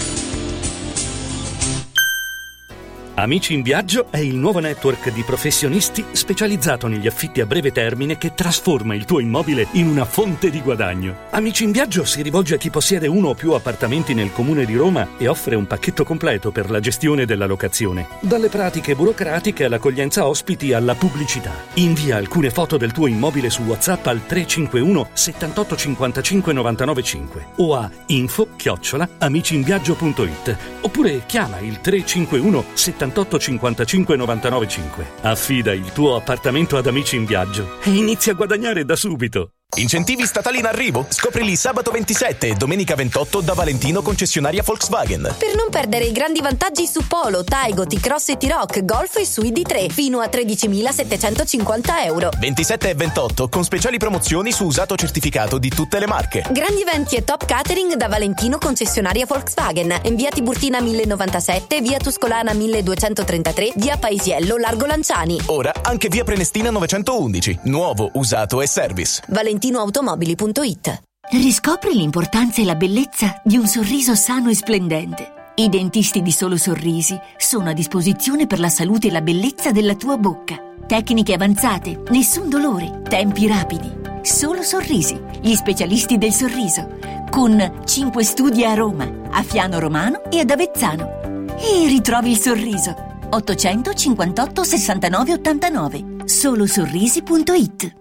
Amici in Viaggio è il nuovo network di professionisti specializzato negli affitti a breve termine che trasforma il tuo immobile in una fonte di guadagno. Amici in Viaggio si rivolge a chi possiede uno o più appartamenti nel comune di Roma e offre un pacchetto completo per la gestione della locazione. Dalle pratiche burocratiche all'accoglienza ospiti alla pubblicità. Invia alcune foto del tuo immobile su WhatsApp al tre cinque uno settantotto cinquantacinque novantanove cinque o a info chiocciola amiciinviaggio punto it oppure chiama il tre cinque uno settantotto cinquantacinque novantanove cinque. Affida il tuo appartamento ad Amici in Viaggio e inizia a guadagnare da subito. Incentivi statali in arrivo? Scoprili sabato ventisette e domenica ventotto da Valentino concessionaria Volkswagen. Per non perdere i grandi vantaggi su Polo, Taigo, T-Cross e T-Roc, Golf e su I D tre fino a tredicimilasettecentocinquanta euro. ventisette e ventotto con speciali promozioni su usato certificato di tutte le marche. Grandi eventi e top catering da Valentino concessionaria Volkswagen. In via Tiburtina mille novantasette, via Tuscolana milleduecentotrentatré, via Paisiello, Largo Lanciani. Ora anche via Prenestina novecentoundici. Nuovo, usato e service. valentino automobili punto it. Riscopri l'importanza e la bellezza di un sorriso sano e splendente. I dentisti di Solo Sorrisi sono a disposizione per la salute e la bellezza della tua bocca. Tecniche avanzate, nessun dolore, tempi rapidi. Solo Sorrisi, gli specialisti del sorriso, con cinque studi a Roma, a Fiano Romano e ad Avezzano. E ritrovi il sorriso. ottocentocinquantotto sessantanove ottantanove. solo sorrisi punto it.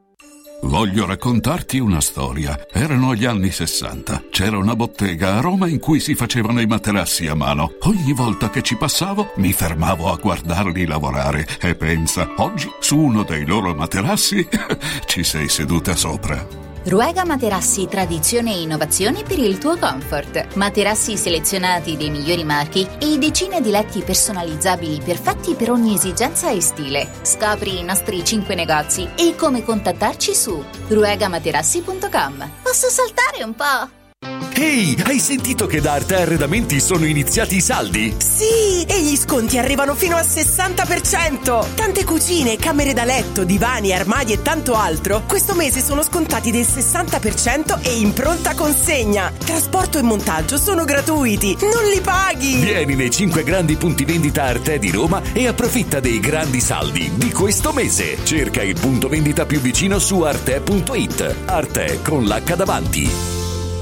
Voglio raccontarti una storia. Erano gli anni sessanta. C'era una bottega a Roma in cui si facevano i materassi a mano. Ogni volta che ci passavo mi fermavo a guardarli lavorare e pensa, oggi su uno dei loro materassi ci sei seduta sopra. Ruega Materassi, tradizione e innovazione per il tuo comfort. Materassi selezionati dei migliori marchi e decine di letti personalizzabili perfetti per ogni esigenza e stile. Scopri i nostri cinque negozi e come contattarci su ruega materassi punto com. Posso saltare un po'? Ehi, hai sentito che da Arte Arredamenti sono iniziati i saldi? Sì, e gli sconti arrivano fino al sessanta per cento. Tante cucine, camere da letto, divani, armadi e tanto altro questo mese sono scontati del sessanta per cento e in pronta consegna. Trasporto e montaggio sono gratuiti, non li paghi. Vieni nei cinque grandi punti vendita Arte di Roma e approfitta dei grandi saldi di questo mese. Cerca il punto vendita più vicino su arte punto it. Arte con l'H davanti.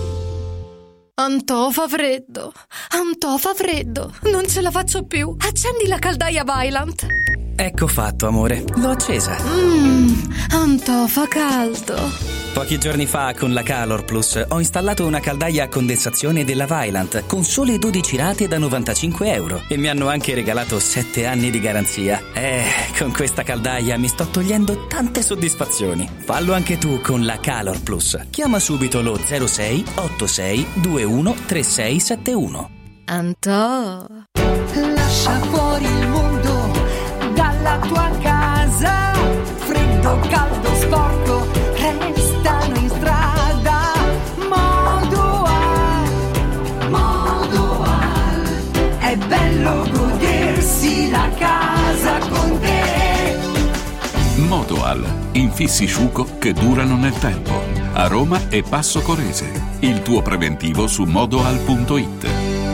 Antò fa freddo, Antò fa freddo, non ce la faccio più. Accendi la caldaia Vaillant. Ecco fatto, amore, l'ho accesa. Mmm, Antò fa caldo. Pochi giorni fa con la Calor Plus ho installato una caldaia a condensazione della Vaillant con sole dodici rate da novantacinque euro e mi hanno anche regalato sette anni di garanzia. Eh, con questa caldaia mi sto togliendo tante soddisfazioni. Fallo anche tu con la Calor Plus. Chiama subito lo zero sei otto sei due uno tre sei sette uno. Antò. Lascia fuori il mondo dalla tua casa. Freddo, caldo, sporco, restano in strada. Modoal, Modoal, è bello godersi la casa con te. Modoal, infissi sciuco che durano nel tempo. A Roma e Passo Corese. Il tuo preventivo su modoal punto it.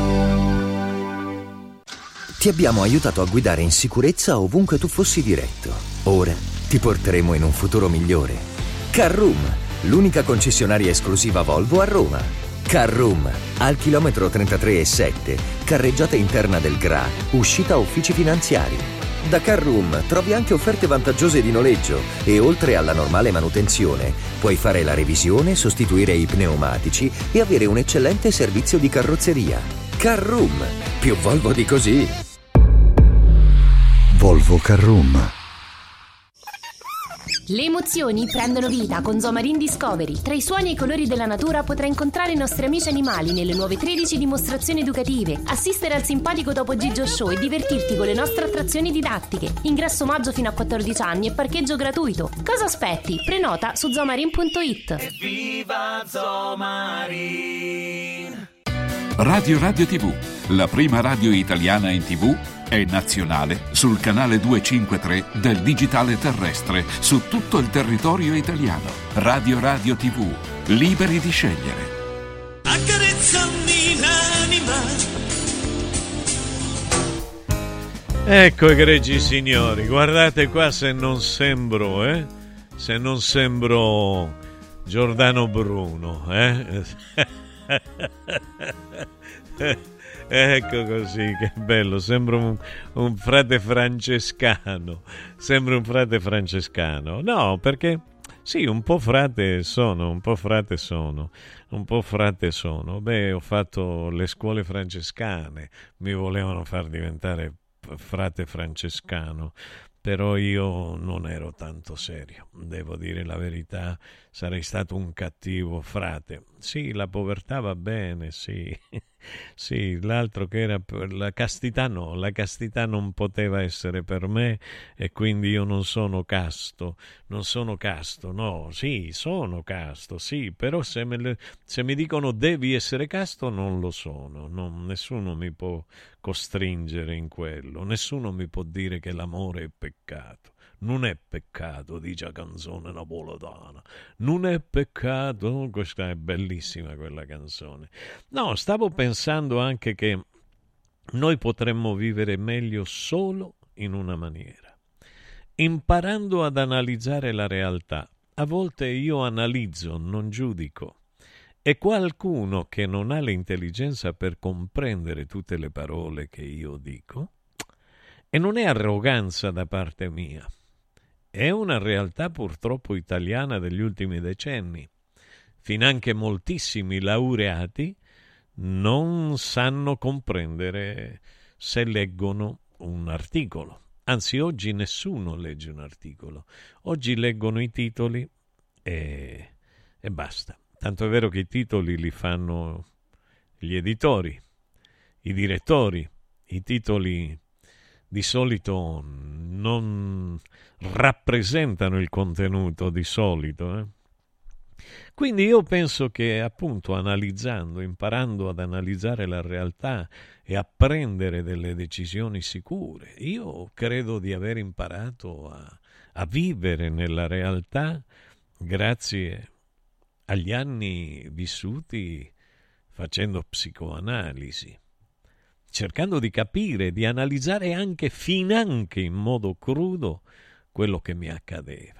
Ti abbiamo aiutato a guidare in sicurezza ovunque tu fossi diretto. Ora ti porteremo in un futuro migliore. Carroom, l'unica concessionaria esclusiva Volvo a Roma. Carroom, al chilometro trentatré e sette, carreggiata interna del Gra, uscita uffici finanziari. Da Carroom trovi anche offerte vantaggiose di noleggio e oltre alla normale manutenzione puoi fare la revisione, sostituire i pneumatici e avere un eccellente servizio di carrozzeria. Carroom, più Volvo di così. Volvo Carroom. Le emozioni prendono vita con Zomarin Discovery. Tra i suoni e i colori della natura potrai incontrare i nostri amici animali nelle nuove tredici dimostrazioni educative, assistere al simpatico Topo Gigio Show e divertirti con le nostre attrazioni didattiche. Ingresso omaggio fino a quattordici anni e parcheggio gratuito. Cosa aspetti? Prenota su zomarin punto it. Viva Zomarin! Radio Radio tivù, la prima radio italiana in tivù e nazionale sul canale duecentocinquantatré del digitale terrestre su tutto il territorio italiano. Radio Radio tivù, liberi di scegliere. Accarezzami l'anima. Ecco, egregi signori, guardate qua se non sembro, eh? Se non sembro Giordano Bruno, eh? Ecco così, che bello, sembra un, un frate francescano, sembra un frate francescano. No, perché sì, un po' frate sono, un po' frate sono, un po' frate sono. Beh, ho fatto le scuole francescane, mi volevano far diventare frate francescano, però io non ero tanto serio, devo dire la verità, sarei stato un cattivo frate. Sì, la povertà va bene, sì, sì, l'altro che era per la castità no, la castità non poteva essere per me e quindi io non sono casto, non sono casto, no, sì, sono casto, sì, però se, me le, se mi dicono devi essere casto non lo sono, non, nessuno mi può costringere in quello, nessuno mi può dire che l'amore è peccato. Non è peccato, dice la canzone napoletana. Non è peccato, questa è bellissima quella canzone. No, stavo pensando anche che noi potremmo vivere meglio solo in una maniera, imparando ad analizzare la realtà. A volte io analizzo, non giudico. E qualcuno che non ha l'intelligenza per comprendere tutte le parole che io dico, e non è arroganza da parte mia, è una realtà purtroppo italiana degli ultimi decenni. Finanche moltissimi laureati non sanno comprendere se leggono un articolo. Anzi, oggi nessuno legge un articolo. Oggi leggono i titoli e, e basta. Tanto è vero che i titoli li fanno gli editori, i direttori. I titoli di solito non rappresentano il contenuto di solito. Eh? Quindi io penso che appunto analizzando, imparando ad analizzare la realtà e a prendere delle decisioni sicure, io credo di aver imparato a, a vivere nella realtà grazie agli anni vissuti facendo psicoanalisi, cercando di capire, di analizzare anche, finanche in modo crudo, quello che mi accadeva.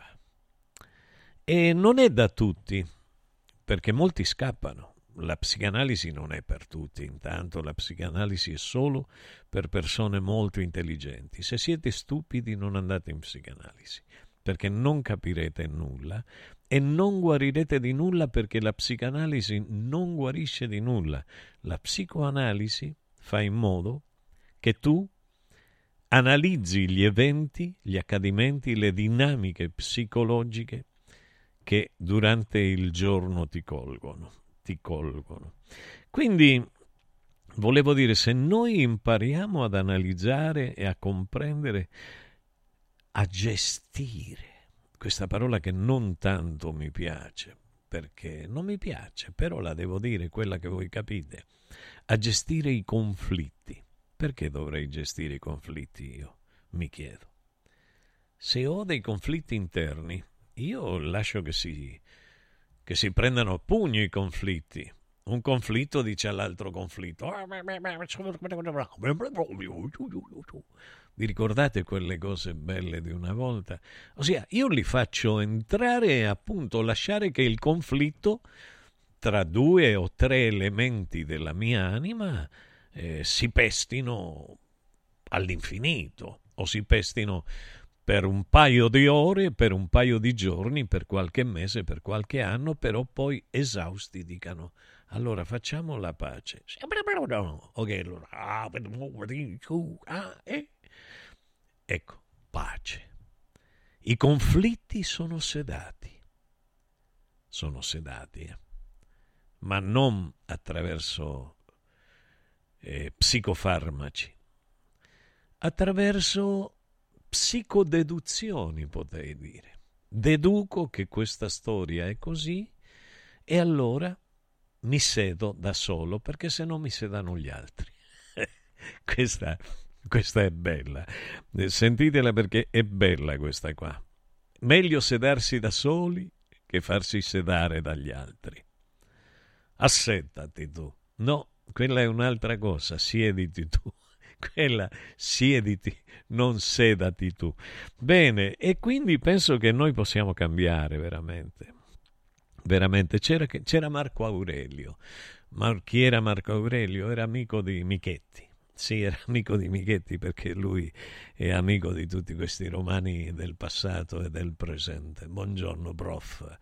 E non è da tutti, perché molti scappano. La psicanalisi non è per tutti, intanto la psicanalisi è solo per persone molto intelligenti. Se siete stupidi non andate in psicanalisi, perché non capirete nulla e non guarirete di nulla, perché la psicanalisi non guarisce di nulla. La psicoanalisi fa in modo che tu analizzi gli eventi, gli accadimenti, le dinamiche psicologiche che durante il giorno ti colgono, ti colgono. Quindi volevo dire, se noi impariamo ad analizzare e a comprendere, a gestire, questa parola che non tanto mi piace, perché non mi piace, però la devo dire, quella che voi capite, a gestire i conflitti. Perché dovrei gestire i conflitti io? Mi chiedo. Se ho dei conflitti interni, io lascio che si, che si prendano a pugno i conflitti. Un conflitto dice all'altro conflitto. Vi ricordate quelle cose belle di una volta? Ossia, io li faccio entrare e appunto lasciare che il conflitto tra due o tre elementi della mia anima eh, si pestino all'infinito, o si pestino per un paio di ore, per un paio di giorni, per qualche mese, per qualche anno, però poi esausti dicano: allora facciamo la pace. Ecco, pace. I conflitti sono sedati, sono sedati, eh? ma non attraverso eh, psicofarmaci, attraverso psicodeduzioni, potrei dire. Deduco che questa storia è così e allora mi sedo da solo, perché se no mi sedano gli altri. questa, questa è bella. Sentitela, perché è bella questa qua. Meglio sedersi da soli che farsi sedare dagli altri. Assettati tu. No, quella è un'altra cosa. Siediti tu. Quella siediti, non sedati tu. Bene, e quindi penso che noi possiamo cambiare veramente. Veramente. C'era, c'era Marco Aurelio. Ma chi era Marco Aurelio? Era amico di Michetti. Sì, era amico di Michetti, perché lui è amico di tutti questi romani del passato e del presente. Buongiorno, prof.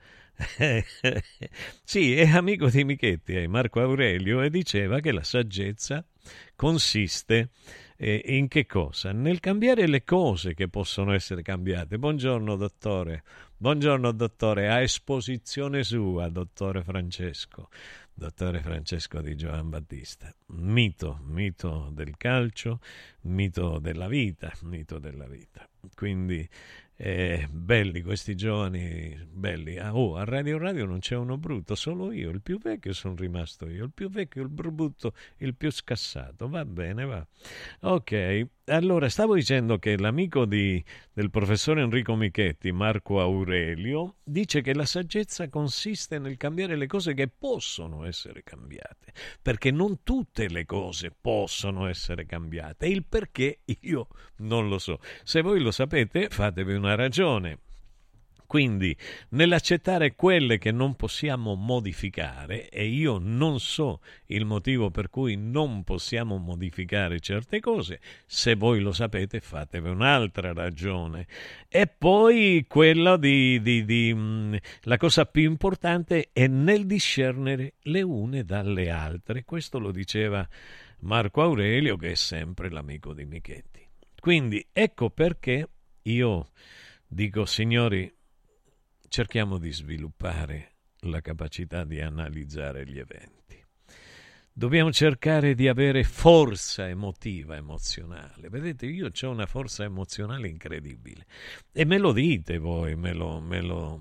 Sì, è amico di Michetti, è Marco Aurelio, e diceva che la saggezza consiste eh, in che cosa? Nel cambiare le cose che possono essere cambiate. Buongiorno dottore, buongiorno dottore, a esposizione sua, dottore Francesco, dottore Francesco di Giovan Battista, mito, mito del calcio, mito della vita, mito della vita. Quindi Eh, belli questi giovani, belli. Ah, oh, a Radio Radio non c'è uno brutto, solo io, il più vecchio sono rimasto io, il più vecchio, il brutto, il più scassato. Va bene, va. Ok, allora stavo dicendo che l'amico di, del professore Enrico Michetti, Marco Aurelio, dice che la saggezza consiste nel cambiare le cose che possono essere cambiate, perché non tutte le cose possono essere cambiate, e il perché io non lo so. Se voi lo sapete, fatevi una ragione. Quindi nell'accettare quelle che non possiamo modificare, e io non so il motivo per cui non possiamo modificare certe cose, se voi lo sapete fatevi un'altra ragione. E poi quella di, di, di mh, la cosa più importante è nel discernere le une dalle altre. Questo lo diceva Marco Aurelio, che è sempre l'amico di Michetti. Quindi ecco perché io dico, signori, cerchiamo di sviluppare la capacità di analizzare gli eventi. Dobbiamo cercare di avere forza emotiva, emozionale. Vedete, io ho una forza emozionale incredibile. E me lo dite voi, me lo, me lo,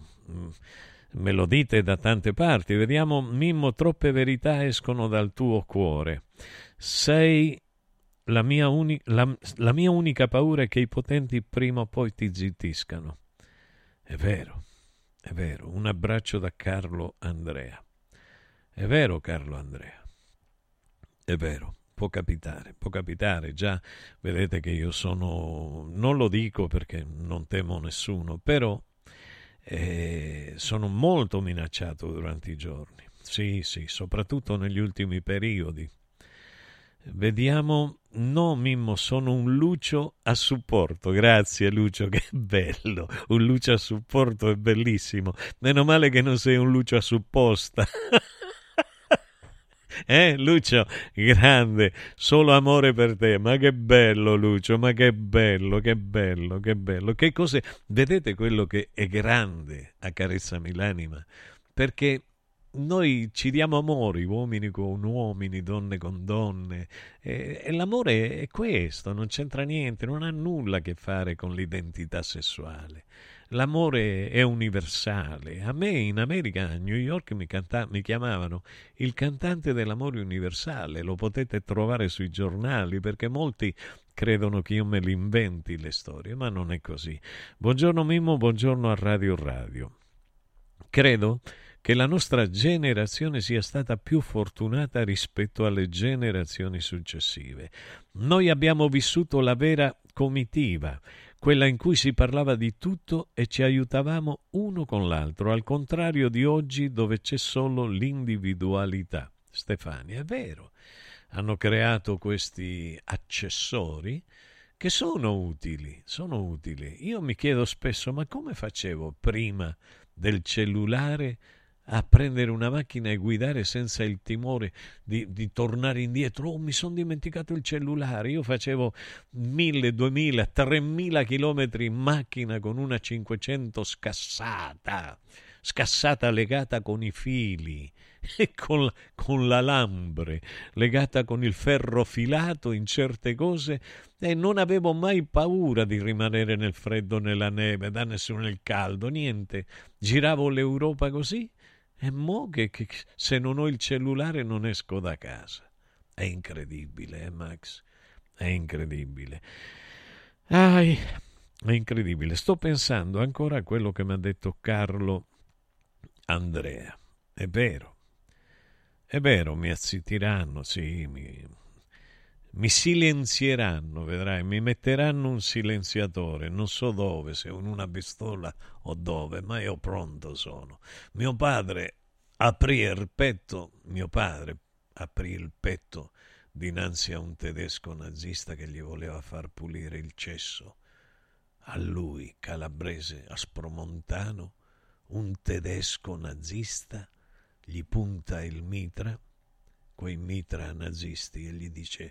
me lo dite da tante parti. Vediamo, Mimmo, troppe verità escono dal tuo cuore. Sei... La mia, uni- la, la mia unica paura è che i potenti prima o poi ti zittiscano. È vero, è vero. Un abbraccio da Carlo Andrea. È vero, Carlo Andrea. È vero, può capitare, può capitare. Già vedete che io sono, non lo dico perché non temo nessuno, però eh, sono molto minacciato durante i giorni. Sì, sì, soprattutto negli ultimi periodi. Vediamo. No, Mimmo, sono un Lucio a supporto. Grazie, Lucio, che bello. Un Lucio a supporto è bellissimo. Meno male che non sei un Lucio a supposta. Eh, Lucio, grande, solo amore per te. Ma che bello, Lucio, ma che bello, che bello, che bello. Che cose, vedete quello che è grande, accarezzami l'anima, perché noi ci diamo amore, uomini con uomini, donne con donne, e, e l'amore è questo, non c'entra niente, non ha nulla a che fare con l'identità sessuale. L'amore è universale. A me in America, a New York, mi, canta- mi chiamavano il cantante dell'amore universale. Lo potete trovare sui giornali, perché molti credono che io me li inventi le storie, ma non è così. Buongiorno Mimmo, buongiorno a Radio Radio. Credo che la nostra generazione sia stata più fortunata rispetto alle generazioni successive. Noi abbiamo vissuto la vera comitiva, quella in cui si parlava di tutto e ci aiutavamo uno con l'altro, al contrario di oggi dove c'è solo l'individualità. Stefania, è vero, hanno creato questi accessori che sono utili, sono utili. Io mi chiedo spesso, ma come facevo prima del cellulare a prendere una macchina e guidare senza il timore di, di tornare indietro? Oh, mi sono dimenticato il cellulare. Io facevo mille, duemila, tremila chilometri in macchina con una cinquecento scassata, scassata legata con i fili e con, con l'alambre, legata con il ferro filato in certe cose, e non avevo mai paura di rimanere nel freddo, nella neve, da nessuno nel caldo, niente. Giravo l'Europa così. E mo che, che se non ho il cellulare non esco da casa. È incredibile, eh, Max? È incredibile. Ai, è incredibile. Sto pensando ancora a quello che mi ha detto Carlo Andrea. È vero. È vero, mi azzittiranno, sì, mi, mi silenzieranno, vedrai, mi metteranno un silenziatore, non so dove, se in una pistola o dove, ma io pronto sono. Mio padre aprì il petto, mio padre aprì il petto dinanzi a un tedesco nazista che gli voleva far pulire il cesso. A lui, calabrese, aspromontano, un tedesco nazista gli punta il mitra, quei mitra nazisti, e gli dice: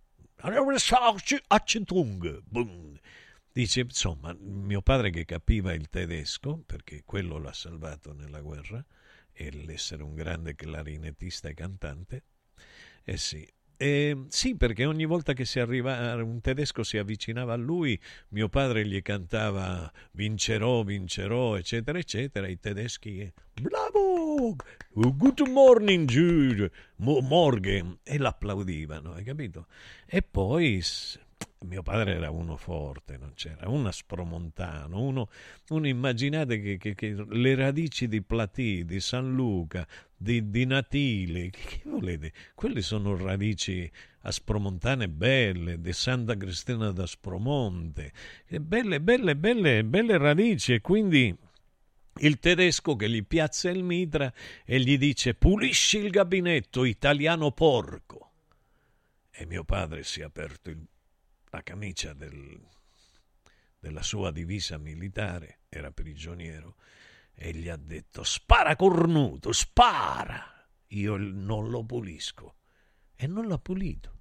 dice, insomma, mio padre, che capiva il tedesco, perché quello l'ha salvato nella guerra, e l'essere un grande clarinettista e cantante, eh sì, eh, sì, perché ogni volta che si arriva, un tedesco si avvicinava a lui, mio padre gli cantava vincerò, vincerò, eccetera, eccetera, i tedeschi, bravo, good morning, Jude, morgen, e l'applaudivano, hai capito? E poi mio padre era uno forte, non c'era, uno aspromontano, uno, uno immaginate che, che, che le radici di Platì, di San Luca, di, di Natile, che, che volete? Quelle sono radici aspromontane belle, di Santa Cristina d'Aspromonte, belle, belle, belle, belle radici, e quindi il tedesco che gli piazza il mitra e gli dice: pulisci il gabinetto, italiano porco. E mio padre si è aperto il la camicia del, della sua divisa militare, era prigioniero, e gli ha detto: spara cornuto, spara, io non lo pulisco. E non l'ha pulito,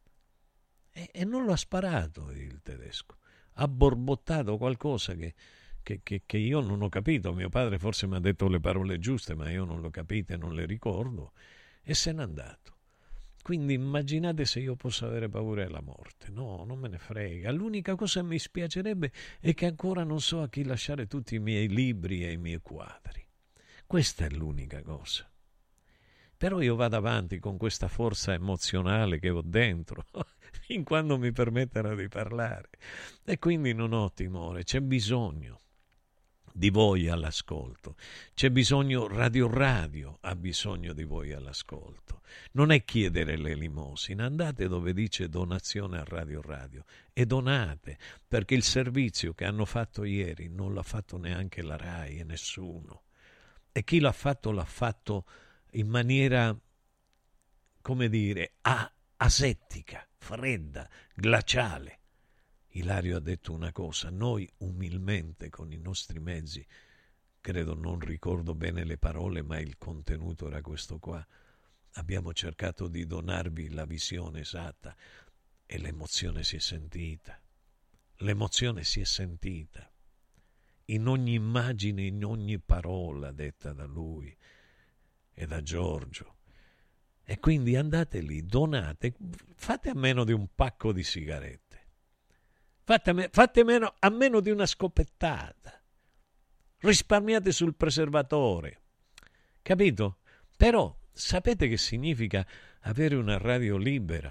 e, e non lo ha sparato il tedesco, ha borbottato qualcosa che, che, che, che io non ho capito. Mio padre forse mi ha detto le parole giuste, ma io non l'ho capite, non le ricordo, e se n'è andato. Quindi immaginate se io posso avere paura della morte. No, non me ne frega. L'unica cosa che mi spiacerebbe è che ancora non so a chi lasciare tutti i miei libri e i miei quadri. Questa è l'unica cosa. Però io vado avanti con questa forza emozionale che ho dentro, fin quando mi permettono di parlare. E quindi non ho timore, c'è bisogno di voi all'ascolto, c'è bisogno, Radio Radio ha bisogno di voi all'ascolto. Non è chiedere l'elemosina, andate dove dice donazione a Radio Radio e donate, perché il servizio che hanno fatto ieri non l'ha fatto neanche la RAI e nessuno, e chi l'ha fatto l'ha fatto in maniera, come dire, a asettica, fredda, glaciale. Ilario ha detto una cosa: noi umilmente con i nostri mezzi, credo, non ricordo bene le parole, ma il contenuto era questo qua, abbiamo cercato di donarvi la visione esatta, e l'emozione si è sentita, l'emozione si è sentita in ogni immagine, in ogni parola detta da lui e da Giorgio. E quindi andate lì, donate, fate a meno di un pacco di sigarette, fate a, me, fate meno, a meno di una scopettata, risparmiate sul preservatore, capito? Però sapete che significa avere una radio libera?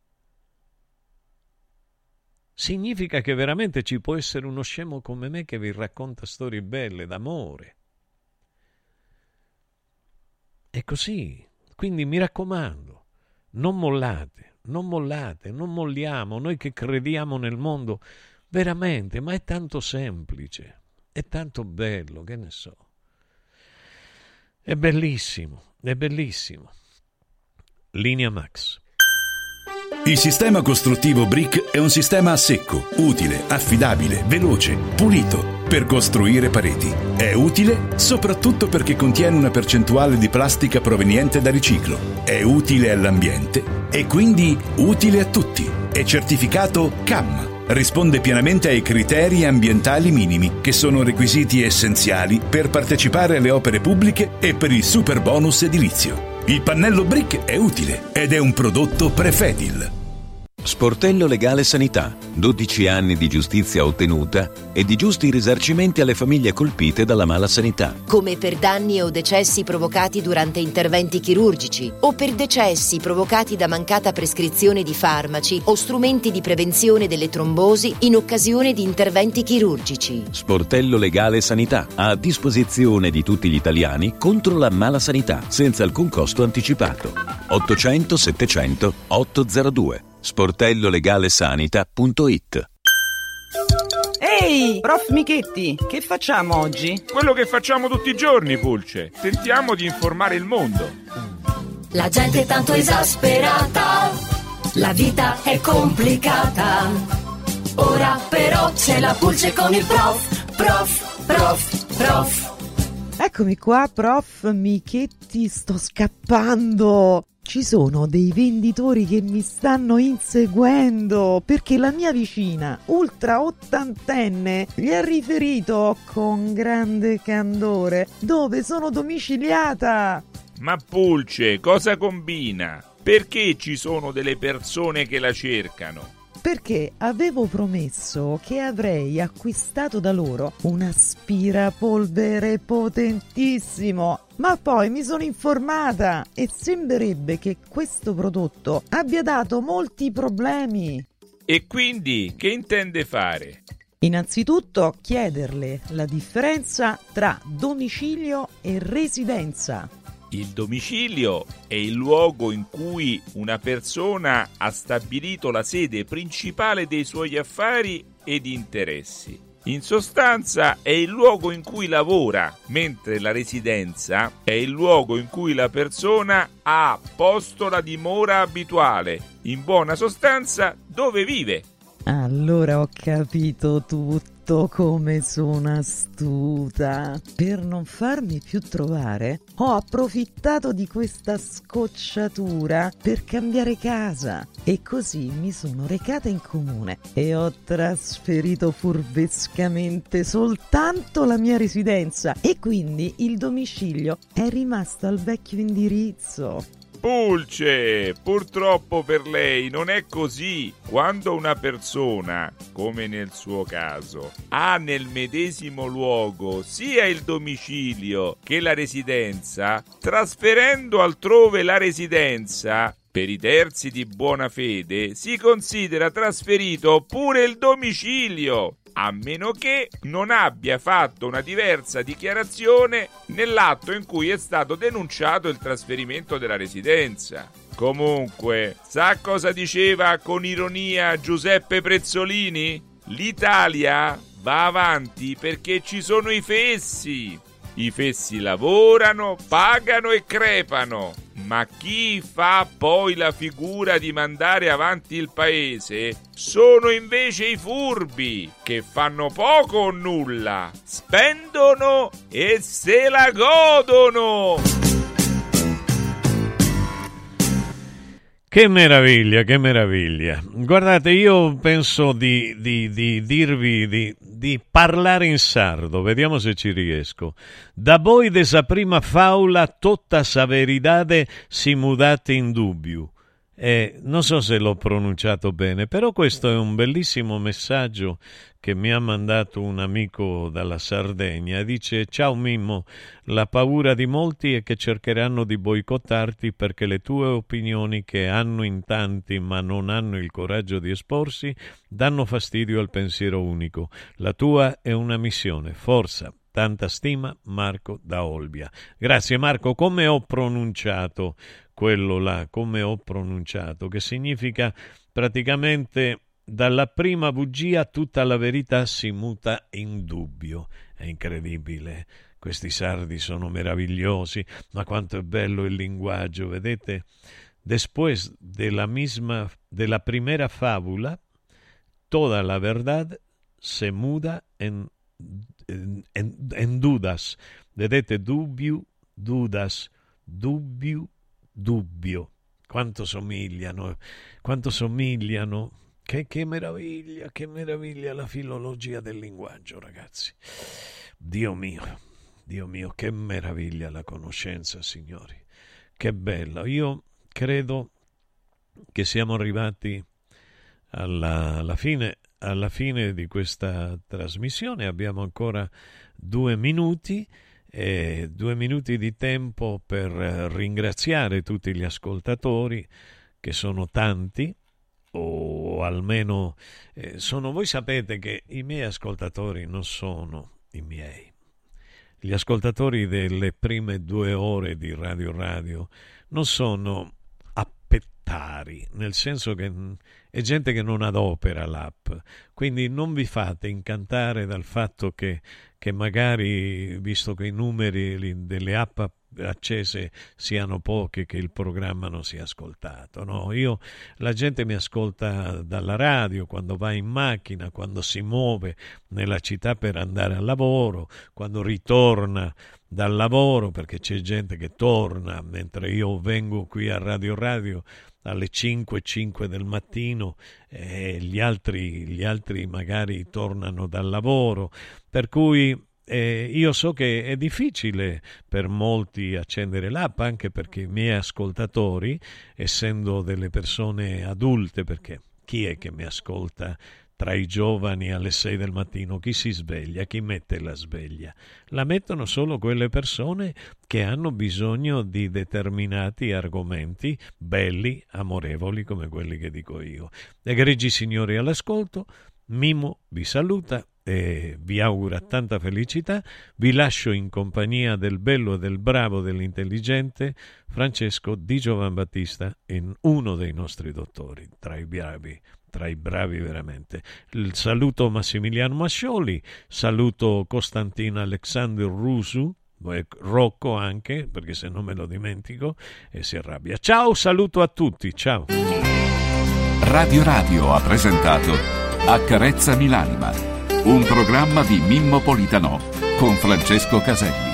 Significa che veramente ci può essere uno scemo come me che vi racconta storie belle d'amore. È così. Quindi mi raccomando, non mollate, non mollate, non molliamo, noi che crediamo nel mondo, veramente, ma è tanto semplice, è tanto bello, che ne so. È bellissimo, è bellissimo. Linea Max. Il sistema costruttivo Brick è un sistema a secco, utile, affidabile, veloce, pulito per costruire pareti. È utile soprattutto perché contiene una percentuale di plastica proveniente da riciclo. È utile all'ambiente e quindi utile a tutti. È certificato C A M. Risponde pienamente ai criteri ambientali minimi, che sono requisiti essenziali per partecipare alle opere pubbliche e per il super bonus edilizio. Il pannello Brick è utile ed è un prodotto Prefedil. Sportello Legale Sanità. dodici anni di giustizia ottenuta e di giusti risarcimenti alle famiglie colpite dalla mala sanità. Come per danni o decessi provocati durante interventi chirurgici o per decessi provocati da mancata prescrizione di farmaci o strumenti di prevenzione delle trombosi in occasione di interventi chirurgici. Sportello Legale Sanità, a disposizione di tutti gli italiani contro la mala sanità, senza alcun costo anticipato. ottocento settecento ottocentodue. sportellolegalesanita punto it. Ehi, prof Michetti, che facciamo oggi? Quello che facciamo tutti i giorni, Pulce. Tentiamo di informare il mondo. La gente è tanto esasperata, la vita è complicata. Ora però c'è la Pulce con il prof, prof, prof, prof. Eccomi qua, prof Michetti, sto scappando. Ci sono dei venditori che mi stanno inseguendo perché la mia vicina, ultra ottantenne, gli ha riferito con grande candore dove sono domiciliata. Ma Pulce, cosa combina? Perché ci sono delle persone che la cercano? Perché avevo promesso che avrei acquistato da loro un aspirapolvere potentissimo, ma poi mi sono informata e sembrerebbe che questo prodotto abbia dato molti problemi. E quindi che intende fare? Innanzitutto chiederle la differenza tra domicilio e residenza. Il domicilio è il luogo in cui una persona ha stabilito la sede principale dei suoi affari ed interessi. In sostanza è il luogo in cui lavora, mentre la residenza è il luogo in cui la persona ha posto la dimora abituale, in buona sostanza dove vive. Allora ho capito tutto, come sono astuta. Per non farmi più trovare, ho approfittato di questa scocciatura per cambiare casa e così mi sono recata in comune e ho trasferito furbescamente soltanto la mia residenza e quindi il domicilio è rimasto al vecchio indirizzo. Pulce, purtroppo per lei non è così. Quando una persona, come nel suo caso, ha nel medesimo luogo sia il domicilio che la residenza, trasferendo altrove la residenza, per i terzi di buona fede si considera trasferito pure il domicilio, a meno che non abbia fatto una diversa dichiarazione nell'atto in cui è stato denunciato il trasferimento della residenza. Comunque, sa cosa diceva con ironia Giuseppe Prezzolini? L'Italia va avanti perché ci sono i fessi. I fessi lavorano, pagano e crepano. Ma chi fa poi la figura di mandare avanti il paese sono invece i furbi, che fanno poco o nulla, spendono e se la godono. Che meraviglia, che meraviglia. Guardate, io penso di, di, di dirvi, di, di parlare in sardo, vediamo se ci riesco. Da voi de sa prima faula tutta sa veridade si mudate in dubbio. Eh, non so se l'ho pronunciato bene, però questo è un bellissimo messaggio che mi ha mandato un amico dalla Sardegna. Dice: ciao Mimmo, la paura di molti è che cercheranno di boicottarti perché le tue opinioni, che hanno in tanti ma non hanno il coraggio di esporsi, danno fastidio al pensiero unico. La tua è una missione, forza. Tanta stima, Marco da Olbia. Grazie Marco. Come ho pronunciato quello là? Come ho pronunciato? Che significa praticamente dalla prima bugia tutta la verità si muta in dubbio. È incredibile. Questi sardi sono meravigliosi, ma quanto è bello il linguaggio, vedete? Después de la misma, de la primera fábula, toda la verdad se muda en En, en, en dudas, vedete, dubbio, dudas, dubbio, dubbio, quanto somigliano, quanto somigliano, che, che meraviglia, che meraviglia la filologia del linguaggio, ragazzi, Dio mio, Dio mio, che meraviglia la conoscenza, signori, che bella. Io credo che siamo arrivati alla, alla fine Alla fine di questa trasmissione. Abbiamo ancora due minuti, eh, due minuti di tempo per ringraziare tutti gli ascoltatori, che sono tanti, o almeno eh, sono. Voi sapete che i miei ascoltatori non sono i miei. Gli ascoltatori delle prime due ore di Radio Radio non sono appettari, nel senso che è gente che non adopera l'app, quindi non vi fate incantare dal fatto che, che magari, visto che i numeri delle app accese siano pochi, che il programma non sia ascoltato. No, io, la gente mi ascolta dalla radio, quando va in macchina, quando si muove nella città per andare al lavoro, quando ritorna dal lavoro, perché c'è gente che torna mentre io vengo qui a Radio Radio alle cinque e cinque del mattino, e gli altri, gli altri magari tornano dal lavoro, per cui eh, io so che è difficile per molti accendere l'app, anche perché i miei ascoltatori, essendo delle persone adulte, perché chi è che mi ascolta tra i giovani alle sei del mattino? Chi si sveglia? Chi mette la sveglia? La mettono solo quelle persone che hanno bisogno di determinati argomenti belli, amorevoli, come quelli che dico io. Egregi signori all'ascolto, Mimmo vi saluta e vi augura tanta felicità. Vi lascio in compagnia del bello, del bravo, dell'intelligente Francesco Di Giovan Battista, in uno dei nostri dottori, tra i bravi. tra i bravi veramente. Il saluto Massimiliano Mascioli, saluto Costantino Alexander Rusu, Rocco anche, perché se non me lo dimentico e si arrabbia. Ciao, saluto a tutti, ciao. Radio Radio ha presentato Accarezzami l'anima, un programma di Mimmo Politano con Francesco Caselli.